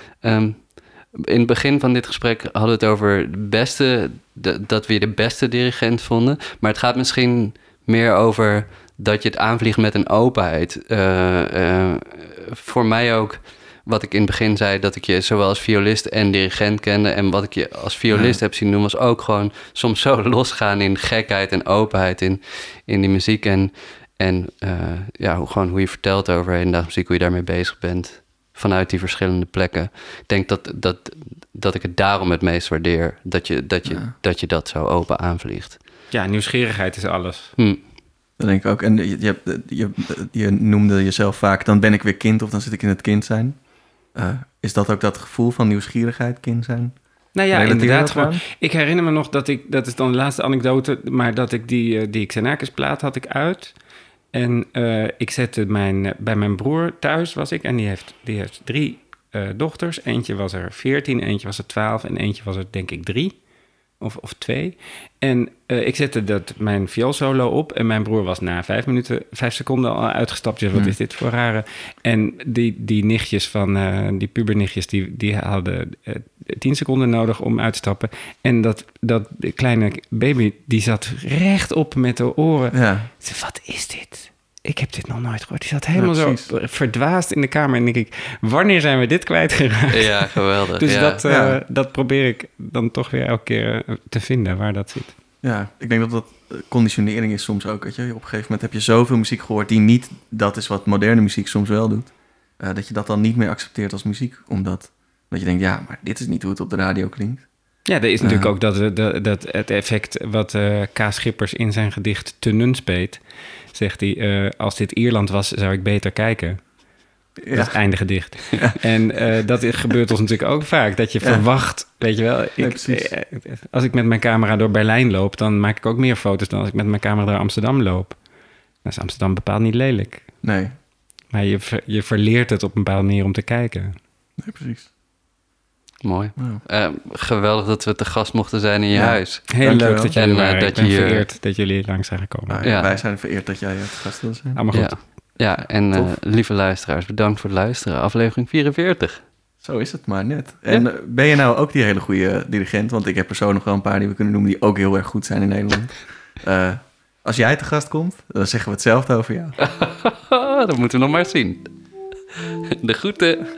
Speaker 2: In het begin van dit gesprek hadden we het over dat we je de beste dirigent vonden. Maar het gaat misschien meer over dat je het aanvliegt met een openheid. Voor mij ook, wat ik in het begin zei, dat ik je zowel als violist en dirigent kende. En wat ik je als violist heb zien doen, was ook gewoon soms zo losgaan in gekheid en openheid in die muziek. En gewoon hoe je vertelt over hedendaags muziek, hoe je daarmee bezig bent vanuit die verschillende plekken. Ik denk dat ik het daarom het meest waardeer, dat je dat zo open aanvliegt.
Speaker 4: Ja, nieuwsgierigheid is alles.
Speaker 1: Dat denk ik ook. En je noemde jezelf vaak, dan ben ik weer kind of dan zit ik in het kind zijn. Is dat ook dat gevoel van nieuwsgierigheid, kind zijn?
Speaker 4: Nou ja, inderdaad gewoon. Ik herinner me nog dat is dan de laatste anekdote, maar dat ik die Xenakis-plaat had ik uit. En ik zette bij mijn broer thuis was ik. En die heeft 3 dochters. Eentje was er 14, eentje was er 12 en eentje was er denk ik 3 of 2. En ik zette mijn vioolsolo op. En mijn broer was na 5 seconden al uitgestapt. Dus wat is dit voor rare? En die nichtjes die pubernichtjes, die hadden 10 seconden nodig om uit te stappen. En dat kleine baby, die zat rechtop met de oren. Ja. Zei, wat is dit? Ik heb dit nog nooit gehoord. Die zat helemaal zo verdwaasd in de kamer. En denk ik, wanneer zijn we dit kwijtgeraakt?
Speaker 2: Ja, geweldig.
Speaker 4: Dus dat probeer ik dan toch weer elke keer te vinden, waar dat zit.
Speaker 1: Ja, ik denk dat conditionering is soms ook. Weet je? Op een gegeven moment heb je zoveel muziek gehoord die niet, dat is wat moderne muziek soms wel doet. Dat je dat dan niet meer accepteert als muziek. Omdat dat je denkt, ja, maar dit is niet hoe het op de radio klinkt.
Speaker 4: Ja, er is natuurlijk ook dat het effect wat K. Schippers in zijn gedicht Te Nunspeet, zegt hij, als dit Ierland was, zou ik beter kijken. Dat is het einde gedicht. Ja. En dat gebeurt ons natuurlijk ook vaak. Dat je verwacht, weet je wel. Als ik met mijn camera door Berlijn loop, dan maak ik ook meer foto's dan als ik met mijn camera door Amsterdam loop. Dan is Amsterdam bepaald niet lelijk.
Speaker 1: Nee.
Speaker 4: Maar je verleert het op een bepaalde manier om te kijken.
Speaker 1: Nee, precies.
Speaker 2: Mooi. Wow. Geweldig dat we te gast mochten zijn in je huis.
Speaker 4: Heel leuk dat jullie waren. Ik ben vereerd dat jullie langs zijn gekomen.
Speaker 1: Wij zijn vereerd dat jij te gast wil zijn.
Speaker 4: Allemaal goed.
Speaker 2: Ja, en lieve luisteraars, bedankt voor het luisteren. Aflevering 44.
Speaker 1: Zo is het maar net. En ben je nou ook die hele goede dirigent? Want ik heb persoonlijk wel een paar die we kunnen noemen die ook heel erg goed zijn in Nederland. Als jij te gast komt, dan zeggen we hetzelfde over jou.
Speaker 2: Dat moeten we nog maar zien. De groeten.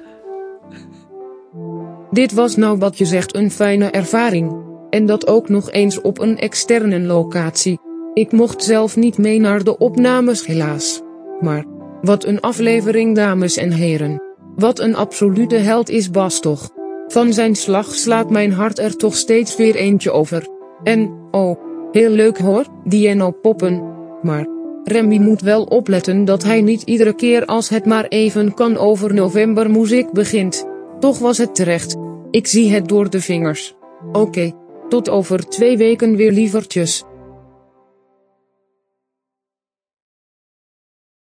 Speaker 5: Dit was nou wat je zegt een fijne ervaring. En dat ook nog eens op een externe locatie. Ik mocht zelf niet mee naar de opnames helaas. Maar, wat een aflevering dames en heren. Wat een absolute held is Bas toch. Van zijn slag slaat mijn hart er toch steeds weer eentje over. En, heel leuk hoor, die en op poppen. Maar, Remy moet wel opletten dat hij niet iedere keer als het maar even kan over novembermuziek begint. Toch was het terecht. Ik zie het door de vingers. Oké, tot over 2 weken weer lievertjes.